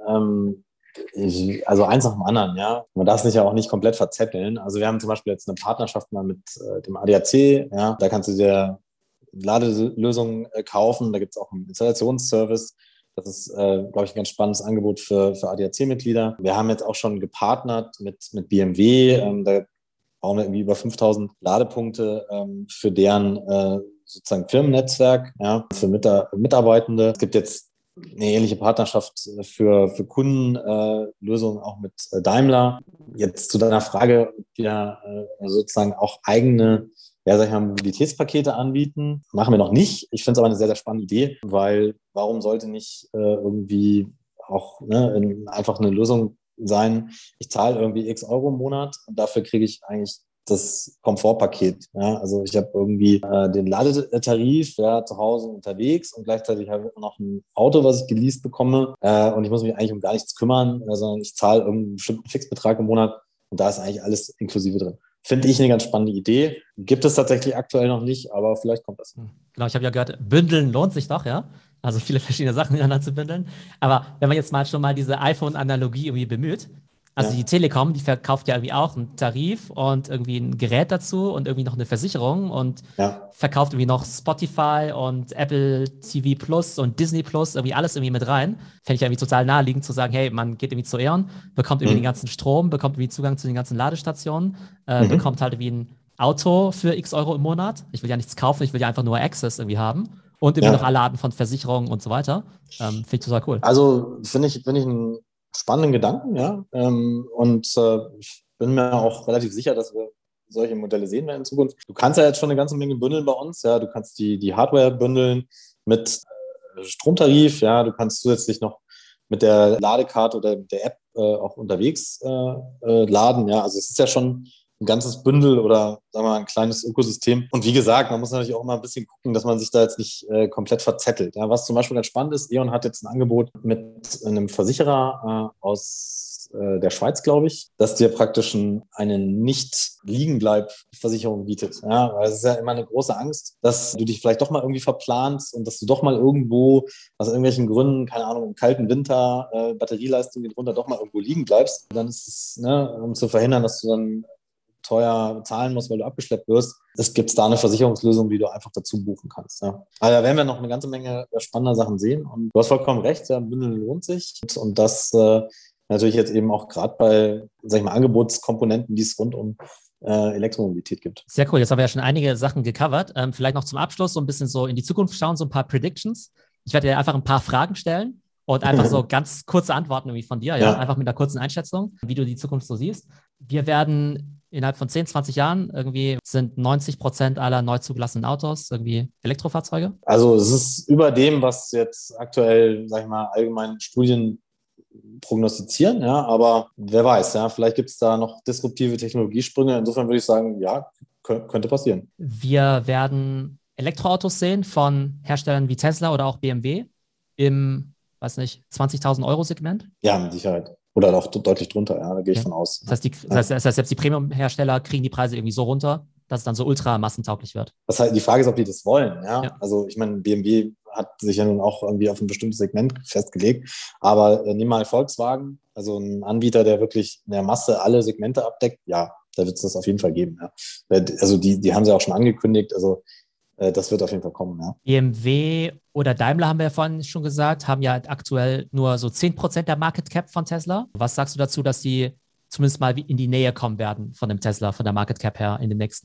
also eins nach dem anderen, ja. Man darf sich ja auch nicht komplett verzetteln. Also wir haben zum Beispiel jetzt eine Partnerschaft mal mit dem ADAC, ja. Da kannst du dir Ladelösungen kaufen. Da gibt es auch einen Installationsservice. Das ist, glaube ich, ein ganz spannendes Angebot für ADAC-Mitglieder. Wir haben jetzt auch schon gepartnert mit BMW. Da bauen wir irgendwie über 5000 Ladepunkte für deren sozusagen Firmennetzwerk, ja, für Mitarbeitende. Es gibt jetzt eine ähnliche Partnerschaft für Kundenlösungen auch mit Daimler. Jetzt zu deiner Frage, ob wir sozusagen auch eigene, ja, sag ich mal, Mobilitätspakete anbieten. Machen wir noch nicht. Ich finde es aber eine sehr, sehr spannende Idee, weil warum sollte nicht irgendwie auch einfach eine Lösung sein, ich zahle irgendwie x Euro im Monat und dafür kriege ich eigentlich das Komfortpaket. Ja? Also ich habe irgendwie den Ladetarif, ja, zu Hause unterwegs und gleichzeitig habe ich noch ein Auto, was ich geleast bekomme und ich muss mich eigentlich um gar nichts kümmern, sondern ich zahle irgendeinen bestimmten Fixbetrag im Monat und da ist eigentlich alles inklusive drin. Finde ich eine ganz spannende Idee. Gibt es tatsächlich aktuell noch nicht, aber vielleicht kommt das. Genau, ich habe ja gehört, bündeln lohnt sich doch, ja. Also viele verschiedene Sachen miteinander zu bündeln. Aber wenn man jetzt mal schon mal diese iPhone-Analogie irgendwie bemüht, also die Telekom, die verkauft ja irgendwie auch einen Tarif und irgendwie ein Gerät dazu und irgendwie noch eine Versicherung und verkauft irgendwie noch Spotify und Apple TV Plus und Disney Plus, irgendwie alles irgendwie mit rein. Fände ich ja irgendwie total naheliegend zu sagen, hey, man geht irgendwie zu E.ON, bekommt irgendwie den ganzen Strom, bekommt irgendwie Zugang zu den ganzen Ladestationen, bekommt halt irgendwie ein Auto für x Euro im Monat. Ich will ja nichts kaufen, ich will ja einfach nur Access irgendwie haben. Und irgendwie noch alle Arten von Versicherungen und so weiter. Finde ich total cool. Also finde ich einen spannenden Gedanken, ja. Ich bin mir auch relativ sicher, dass wir solche Modelle sehen werden in Zukunft. Du kannst ja jetzt schon eine ganze Menge bündeln bei uns, ja. Du kannst die Hardware bündeln mit Stromtarif, ja. Du kannst zusätzlich noch mit der Ladekarte oder der App auch unterwegs laden, ja. Also es ist ja schon ein ganzes Bündel oder sagen wir mal ein kleines Ökosystem. Und wie gesagt, man muss natürlich auch immer ein bisschen gucken, dass man sich da jetzt nicht komplett verzettelt. Ja, was zum Beispiel ganz spannend ist, E.ON hat jetzt ein Angebot mit einem Versicherer aus der Schweiz, glaube ich, dass dir praktisch eine Nicht-Liegenbleib-Versicherung bietet. Ja, weil es ist ja immer eine große Angst, dass du dich vielleicht doch mal irgendwie verplanst und dass du doch mal irgendwo aus irgendwelchen Gründen, keine Ahnung, im kalten Winter, Batterieleistung geht runter, doch mal irgendwo liegen bleibst. Dann ist es, um zu verhindern, dass du dann teuer bezahlen musst, weil du abgeschleppt wirst. Es gibt da eine Versicherungslösung, die du einfach dazu buchen kannst. Ja. Also da werden wir noch eine ganze Menge spannender Sachen sehen. Und du hast vollkommen recht, ja, Bündeln lohnt sich. Und das natürlich jetzt eben auch gerade bei, sag ich mal, Angebotskomponenten, die es rund um Elektromobilität gibt. Sehr cool. Jetzt haben wir ja schon einige Sachen gecovert. Vielleicht noch zum Abschluss so ein bisschen so in die Zukunft schauen, so ein paar Predictions. Ich werde dir einfach ein paar Fragen stellen und einfach so ganz kurze Antworten irgendwie von dir, ja, einfach mit einer kurzen Einschätzung, wie du die Zukunft so siehst. Wir werden innerhalb von 10, 20 Jahren irgendwie sind 90% aller neu zugelassenen Autos irgendwie Elektrofahrzeuge? Also es ist über dem, was jetzt aktuell, sag ich mal, allgemein Studien prognostizieren, ja, aber wer weiß, ja, vielleicht gibt es da noch disruptive Technologiesprünge. Insofern würde ich sagen, ja, könnte passieren. Wir werden Elektroautos sehen von Herstellern wie Tesla oder auch BMW im, weiß nicht, 20.000 Euro Segment? Ja, mit Sicherheit. Oder auch deutlich drunter, ja, da gehe ich von aus. Das heißt, selbst die Premium-Hersteller kriegen die Preise irgendwie so runter, dass es dann so ultra massentauglich wird. Das heißt, die Frage ist, ob die das wollen. Ja? Also ich meine, BMW hat sich ja nun auch irgendwie auf ein bestimmtes Segment festgelegt. Aber nimm mal Volkswagen, also ein Anbieter, der wirklich in der Masse alle Segmente abdeckt, ja, da wird es das auf jeden Fall geben. Ja. Also die haben sie auch schon angekündigt, also das wird auf jeden Fall kommen. Ja. BMW oder Daimler, haben wir ja vorhin schon gesagt, haben ja aktuell nur so 10% der Market Cap von Tesla. Was sagst du dazu, dass die zumindest mal in die Nähe kommen werden von dem Tesla, von der Market Cap her in den nächsten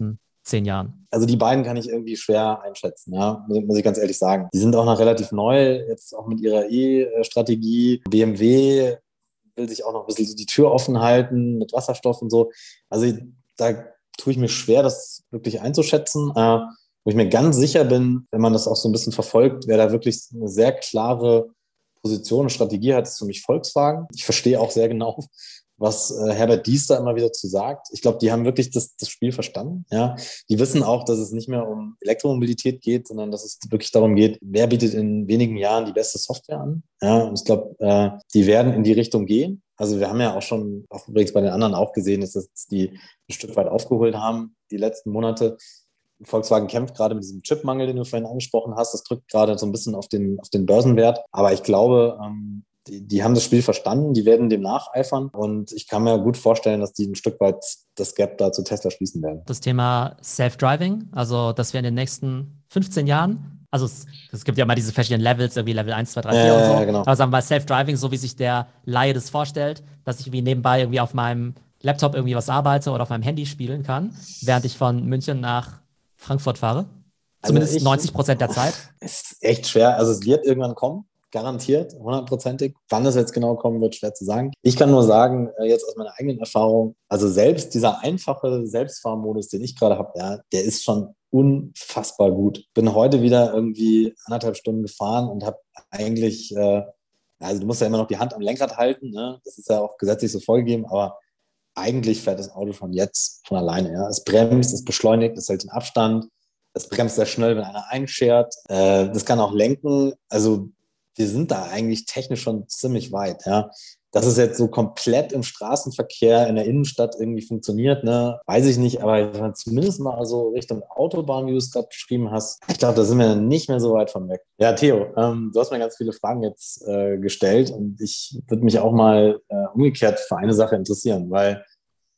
10 Jahren? Also die beiden kann ich irgendwie schwer einschätzen, ja, muss ich ganz ehrlich sagen. Die sind auch noch relativ neu, jetzt auch mit ihrer E-Strategie. BMW will sich auch noch ein bisschen so die Tür offen halten mit Wasserstoff und so. Also da tue ich mir schwer, das wirklich einzuschätzen. Wo ich mir ganz sicher bin, wenn man das auch so ein bisschen verfolgt, wer da wirklich eine sehr klare Position und Strategie hat, ist für mich Volkswagen. Ich verstehe auch sehr genau, was Herbert Diess da immer wieder zu sagt. Ich glaube, die haben wirklich das Spiel verstanden. Ja? Die wissen auch, dass es nicht mehr um Elektromobilität geht, sondern dass es wirklich darum geht, wer bietet in wenigen Jahren die beste Software an. Ja? Und ich glaube, die werden in die Richtung gehen. Also wir haben ja auch schon, auch übrigens bei den anderen auch gesehen, dass die ein Stück weit aufgeholt haben, die letzten Monate. Volkswagen kämpft gerade mit diesem Chipmangel, den du vorhin angesprochen hast. Das drückt gerade so ein bisschen auf den Börsenwert. Aber ich glaube, die haben das Spiel verstanden, die werden dem nacheifern. Und ich kann mir gut vorstellen, dass die ein Stück weit das Gap da zu Tesla schließen werden. Das Thema Self-Driving, also dass wir in den nächsten 15 Jahren, also es gibt ja mal diese verschiedenen Levels, irgendwie Level 1, 2, 3, 4 und so. Genau. Aber sagen wir mal Self-Driving, so wie sich der Laie das vorstellt, dass ich irgendwie nebenbei irgendwie auf meinem Laptop irgendwie was arbeite oder auf meinem Handy spielen kann, während ich von München nach Frankfurt fahre. Zumindest 90% der Zeit. Ist echt schwer. Also es wird irgendwann kommen, garantiert, 100%ig. Wann es jetzt genau kommen wird, schwer zu sagen. Ich kann nur sagen, jetzt aus meiner eigenen Erfahrung, also selbst dieser einfache Selbstfahrmodus, den ich gerade habe, ja, der ist schon unfassbar gut. Bin heute wieder irgendwie 1,5 Stunden gefahren und habe eigentlich, also du musst ja immer noch die Hand am Lenkrad halten, ne? Das ist ja auch gesetzlich so vorgegeben, aber eigentlich fährt das Auto schon jetzt von alleine. Ja? Es bremst, es beschleunigt, es hält den Abstand, es bremst sehr schnell, wenn einer einschert. Das kann auch lenken. Also wir sind da eigentlich technisch schon ziemlich weit. Ja? Dass es jetzt so komplett im Straßenverkehr in der Innenstadt irgendwie funktioniert, ne? Weiß ich nicht. Aber zumindest mal so Richtung Autobahn, wie du es gerade beschrieben hast, ich glaube, da sind wir nicht mehr so weit von weg. Ja, Theo, du hast mir ganz viele Fragen jetzt gestellt und ich würde mich auch mal umgekehrt für eine Sache interessieren, weil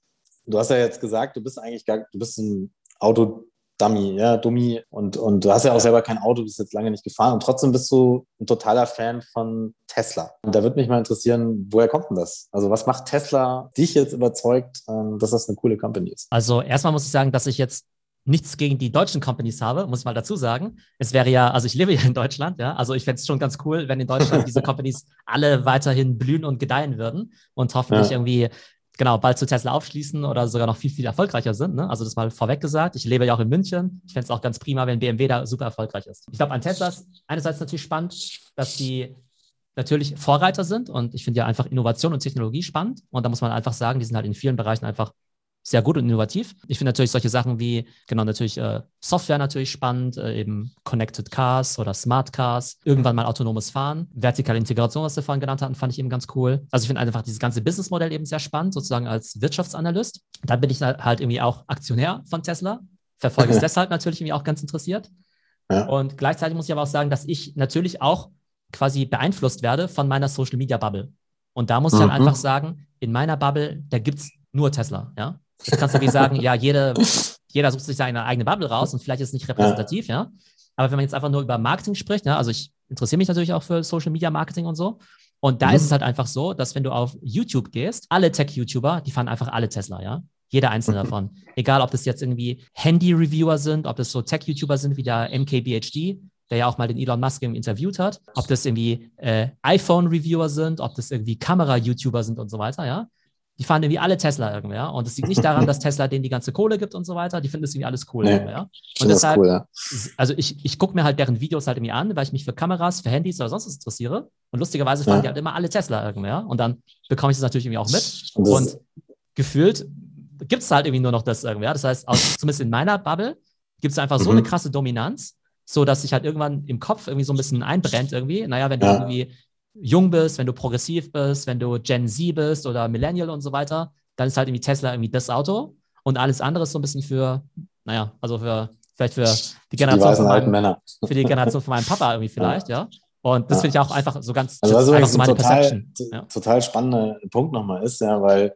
du hast ja jetzt gesagt, du bist ein Autodummy, ja, Dummy und du hast ja auch selber kein Auto, bist jetzt lange nicht gefahren und trotzdem bist du ein totaler Fan von Tesla. Und da würde mich mal interessieren, woher kommt denn das? Also was macht Tesla dich jetzt überzeugt, dass das eine coole Company ist? Also erstmal muss ich sagen, dass ich jetzt nichts gegen die deutschen Companies habe, muss ich mal dazu sagen. Es wäre ja, also ich lebe ja in Deutschland, ja, also ich fände es schon ganz cool, wenn in Deutschland diese Companies alle weiterhin blühen und gedeihen würden und hoffentlich irgendwie genau, bald zu Tesla aufschließen oder sogar noch viel, viel erfolgreicher sind. Ne? Also das mal vorweg gesagt. Ich lebe ja auch in München. Ich fände es auch ganz prima, wenn BMW da super erfolgreich ist. Ich glaube, an Tesla ist einerseits natürlich spannend, dass die natürlich Vorreiter sind und ich finde ja einfach Innovation und Technologie spannend und da muss man einfach sagen, die sind halt in vielen Bereichen einfach sehr gut und innovativ. Ich finde natürlich solche Sachen wie, genau, natürlich Software natürlich spannend, eben Connected Cars oder Smart Cars, irgendwann mal autonomes Fahren, vertikale Integration, was wir vorhin genannt hatten, fand ich eben ganz cool. Also ich finde einfach dieses ganze Businessmodell eben sehr spannend, sozusagen als Wirtschaftsanalyst. Dann bin ich halt irgendwie auch Aktionär von Tesla, verfolge es deshalb natürlich irgendwie auch ganz interessiert. Ja. Und gleichzeitig muss ich aber auch sagen, dass ich natürlich auch quasi beeinflusst werde von meiner Social-Media-Bubble. Und da muss ich dann einfach sagen, in meiner Bubble, da gibt es nur Tesla, ja. Jetzt kannst du wie sagen, ja, jeder sucht sich seine eigene Bubble raus und vielleicht ist es nicht repräsentativ, ja. Aber wenn man jetzt einfach nur über Marketing spricht, ja, also ich interessiere mich natürlich auch für Social Media Marketing und so. Und da ist es halt einfach so, dass wenn du auf YouTube gehst, alle Tech-YouTuber, die fahren einfach alle Tesla, ja. Jeder einzelne davon. Egal, ob das jetzt irgendwie Handy-Reviewer sind, ob das so Tech-YouTuber sind wie der MKBHD, der ja auch mal den Elon Musk irgendwie interviewt hat, ob das irgendwie iPhone-Reviewer sind, ob das irgendwie Kamera-YouTuber sind und so weiter, ja. Die fahren irgendwie alle Tesla irgendwie, ja. Und es liegt nicht daran, dass Tesla denen die ganze Kohle gibt und so weiter. Die finden das irgendwie alles cool, ja. Und deshalb, cool, ja. Also ich gucke mir halt deren Videos halt irgendwie an, weil ich mich für Kameras, für Handys oder sonst was interessiere. Und lustigerweise fahren die halt immer alle Tesla irgendwie, ja. Und dann bekomme ich das natürlich irgendwie auch mit. Und gefühlt gibt es halt irgendwie nur noch das irgendwie, ja. Das heißt, zumindest in meiner Bubble gibt es einfach so eine krasse Dominanz, so dass sich halt irgendwann im Kopf irgendwie so ein bisschen einbrennt irgendwie. Naja, wenn du irgendwie jung bist, wenn du progressiv bist, wenn du Gen Z bist oder Millennial und so weiter, dann ist halt irgendwie Tesla irgendwie das Auto und alles andere ist so ein bisschen für, naja, also vielleicht für die Generation für die Generation von meinem Papa irgendwie vielleicht, ja. Und das finde ich auch einfach so ganz, also was einfach so meine Perception. Total spannender Punkt nochmal ist, ja, weil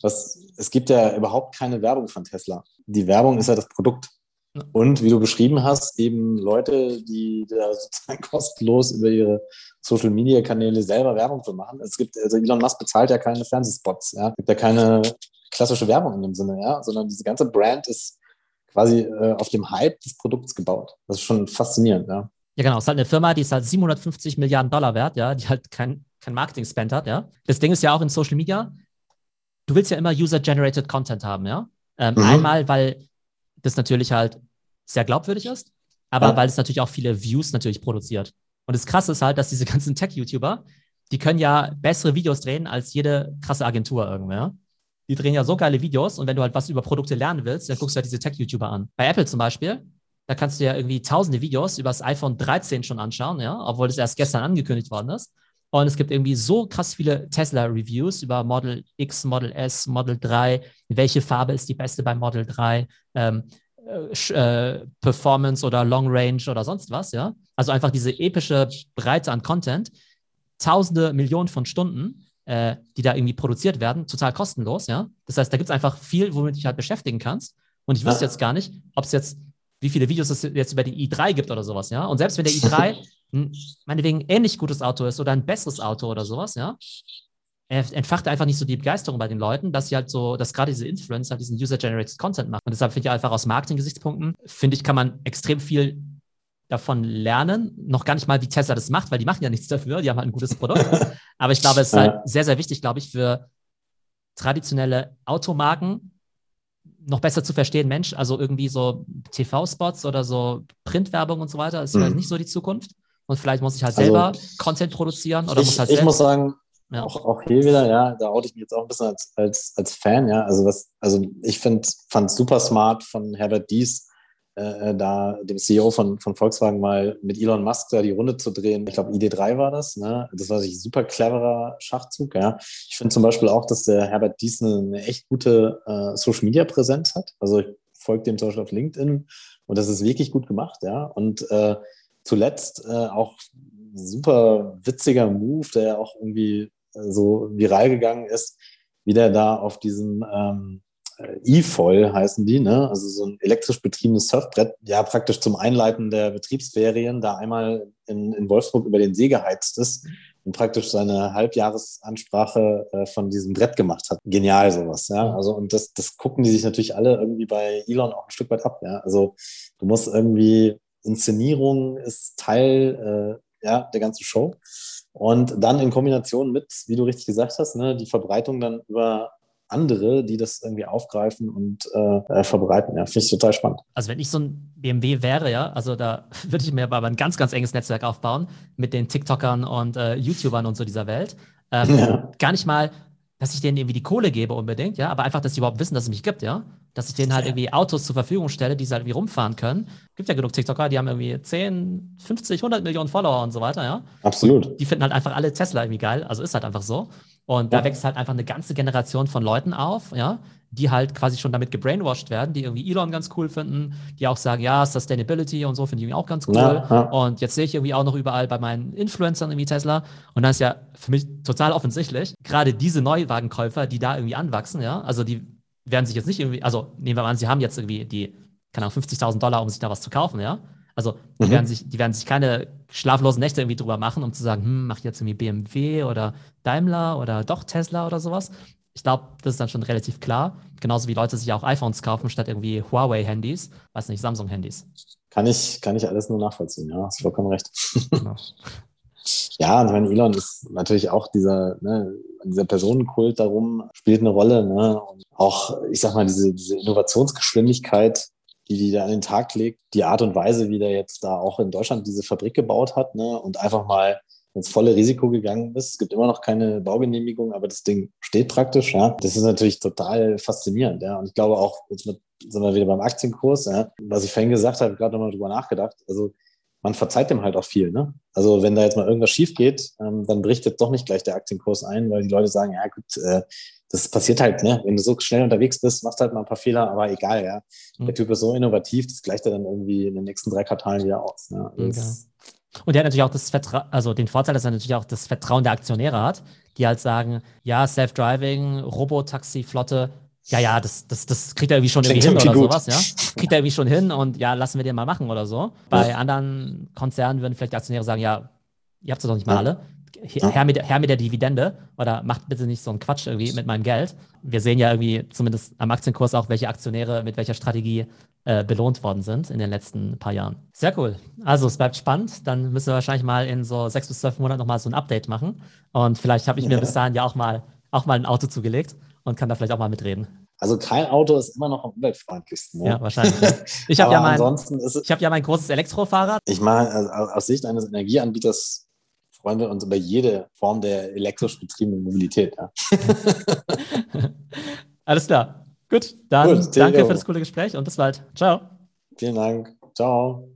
es gibt ja überhaupt keine Werbung von Tesla. Die Werbung ist ja das Produkt. Und wie du beschrieben hast, eben Leute, die da sozusagen kostenlos über ihre Social-Media-Kanäle selber Werbung für machen. Also Elon Musk bezahlt ja keine Fernsehspots, ja. Es gibt ja keine klassische Werbung in dem Sinne, ja, sondern diese ganze Brand ist quasi auf dem Hype des Produkts gebaut. Das ist schon faszinierend, ja. Ja, genau. Es ist halt eine Firma, die ist halt 750 Milliarden Dollar wert, ja, die halt kein Marketing-Spend hat, ja. Das Ding ist ja auch in Social Media, du willst ja immer User-Generated Content haben, ja. Einmal, weil das natürlich halt sehr glaubwürdig ist, aber weil es natürlich auch viele Views natürlich produziert. Und das Krasse ist halt, dass diese ganzen Tech-YouTuber, die können ja bessere Videos drehen als jede krasse Agentur irgendwie, ja. Die drehen ja so geile Videos und wenn du halt was über Produkte lernen willst, dann guckst du halt diese Tech-YouTuber an. Bei Apple zum Beispiel, da kannst du ja irgendwie tausende Videos über das iPhone 13 schon anschauen, ja, obwohl das erst gestern angekündigt worden ist. Und es gibt irgendwie so krass viele Tesla-Reviews über Model X, Model S, Model 3, welche Farbe ist die beste bei Model 3, Performance oder Long Range oder sonst was, ja. Also einfach diese epische Breite an Content, tausende Millionen von Stunden, die da irgendwie produziert werden, total kostenlos, ja. Das heißt, da gibt es einfach viel, womit du dich halt beschäftigen kannst. Und ich wüsste jetzt gar nicht, ob es jetzt, wie viele Videos es jetzt über die i3 gibt oder sowas, ja. Und selbst wenn der i3 meinetwegen ähnlich gutes Auto ist oder ein besseres Auto oder sowas, ja, entfacht einfach nicht so die Begeisterung bei den Leuten, dass sie halt so, dass gerade diese Influencer diesen User-Generated Content machen. Und deshalb finde ich einfach aus Marketing-Gesichtspunkten, finde ich, kann man extrem viel davon lernen. Noch gar nicht mal, wie Tesla das macht, weil die machen ja nichts dafür, die haben halt ein gutes Produkt. Aber ich glaube, es ist halt sehr, sehr wichtig, glaube ich, für traditionelle Automarken noch besser zu verstehen, Mensch, also irgendwie so TV-Spots oder so Printwerbung und so weiter ist vielleicht nicht so die Zukunft. Und vielleicht muss ich halt selber Content produzieren oder muss halt ich selbst. muss sagen, ja. auch hier wieder, ja, da oute ich mich jetzt auch ein bisschen als Fan, ja. Also ich fand es super smart von Herbert Diess, da dem CEO von Volkswagen mal mit Elon Musk da die Runde zu drehen. Ich glaube, ID.3 war das, ne? Das war ein super cleverer Schachzug, ja. Ich finde zum Beispiel auch, dass der Herbert Diess eine echt gute Social-Media-Präsenz hat. Also ich folge dem zum Beispiel auf LinkedIn und das ist wirklich gut gemacht, ja. Und zuletzt auch super witziger Move, der ja auch irgendwie so viral gegangen ist, wie der da auf diesem E-Foil heißen die, ne? Also so ein elektrisch betriebenes Surfbrett, ja praktisch zum Einleiten der Betriebsferien da einmal in Wolfsburg über den See geheizt ist und praktisch seine Halbjahresansprache von diesem Brett gemacht hat. Genial sowas, ja. Also und das gucken die sich natürlich alle irgendwie bei Elon auch ein Stück weit ab, ja. Also du musst irgendwie, Inszenierung ist Teil der ganzen Show und dann in Kombination mit, wie du richtig gesagt hast, ne, die Verbreitung dann über andere, die das irgendwie aufgreifen und verbreiten. Ja, finde ich total spannend. Also wenn ich so ein BMW wäre, ja, also da würde ich mir aber ein ganz, ganz enges Netzwerk aufbauen mit den TikTokern und YouTubern und so dieser Welt. Gar nicht mal, dass ich denen irgendwie die Kohle gebe unbedingt, ja, aber einfach, dass sie überhaupt wissen, dass es mich gibt, ja. Dass ich denen halt irgendwie Autos zur Verfügung stelle, die sie halt irgendwie rumfahren können. Gibt ja genug TikToker, die haben irgendwie 10, 50, 100 Millionen Follower und so weiter, ja. Absolut. Und die finden halt einfach alle Tesla irgendwie geil, also ist halt einfach so. Und da wächst halt einfach eine ganze Generation von Leuten auf, ja, die halt quasi schon damit gebrainwashed werden, die irgendwie Elon ganz cool finden, die auch sagen, ja, Sustainability und so finde ich irgendwie auch ganz cool. Und jetzt sehe ich irgendwie auch noch überall bei meinen Influencern irgendwie Tesla. Und dann ist ja für mich total offensichtlich, gerade diese Neuwagenkäufer, die da irgendwie anwachsen, ja, also die werden sich jetzt nicht irgendwie, also nehmen wir mal an, sie haben jetzt irgendwie die, keine Ahnung, $50.000, um sich da was zu kaufen, ja. Also die werden sich keine schlaflosen Nächte irgendwie drüber machen, um zu sagen, mach ich jetzt irgendwie BMW oder Daimler oder doch Tesla oder sowas. Ich glaube, das ist dann schon relativ klar. Genauso wie Leute sich auch iPhones kaufen, statt irgendwie Huawei-Handys, weiß nicht, Samsung-Handys. Kann ich alles nur nachvollziehen, ja, hast vollkommen recht. Genau. Ja, und ich meine, Elon ist natürlich auch dieser Personenkult darum, spielt eine Rolle, ne? Und auch, ich sag mal, diese Innovationsgeschwindigkeit, die da an den Tag legt, die Art und Weise, wie der jetzt da auch in Deutschland diese Fabrik gebaut hat, ne? Und einfach mal ins volle Risiko gegangen ist. Es gibt immer noch keine Baugenehmigung, aber das Ding steht praktisch, ja. Das ist natürlich total faszinierend, ja. Und ich glaube auch, jetzt sind wir wieder beim Aktienkurs, ja. Was ich vorhin gesagt habe, gerade nochmal drüber nachgedacht. Also, man verzeiht dem halt auch viel, ne? Also, wenn da jetzt mal irgendwas schief geht, dann bricht jetzt doch nicht gleich der Aktienkurs ein, weil die Leute sagen, ja gut, das passiert halt, ne? Wenn du so schnell unterwegs bist, machst halt mal ein paar Fehler, aber egal, ja. Der Typ ist so innovativ, das gleicht er dann irgendwie in den nächsten 3 Quartalen wieder aus. Ne? Und der hat natürlich auch das Vertrauen, also den Vorteil, dass er natürlich auch das Vertrauen der Aktionäre hat, die halt sagen, ja, Self-Driving, Robotaxi-Flotte, ja, das kriegt er irgendwie schon hin oder sowas, ja. Kriegt er irgendwie schon hin und ja, lassen wir den mal machen oder so. Bei anderen Konzernen würden vielleicht die Aktionäre sagen, ja, ihr habt es doch nicht mal alle. Her mit der Dividende oder macht bitte nicht so einen Quatsch irgendwie mit meinem Geld. Wir sehen ja irgendwie zumindest am Aktienkurs auch, welche Aktionäre mit welcher Strategie belohnt worden sind in den letzten paar Jahren. Sehr cool. Also es bleibt spannend. Dann müssen wir wahrscheinlich mal in so 6 bis 12 Monaten nochmal so ein Update machen. Und vielleicht habe ich mir bis dahin ja auch mal ein Auto zugelegt und kann da vielleicht auch mal mitreden. Also kein Auto ist immer noch am umweltfreundlichsten. Ne? Ja, wahrscheinlich. Ja. Ich habe ja mein großes Elektrofahrrad. Ich meine, also aus Sicht eines Energieanbieters freuen wir uns über jede Form der elektrisch betriebenen Mobilität. Ja. Alles klar. Gut, dann danke für das coole Gespräch und bis bald. Ciao. Vielen Dank. Ciao.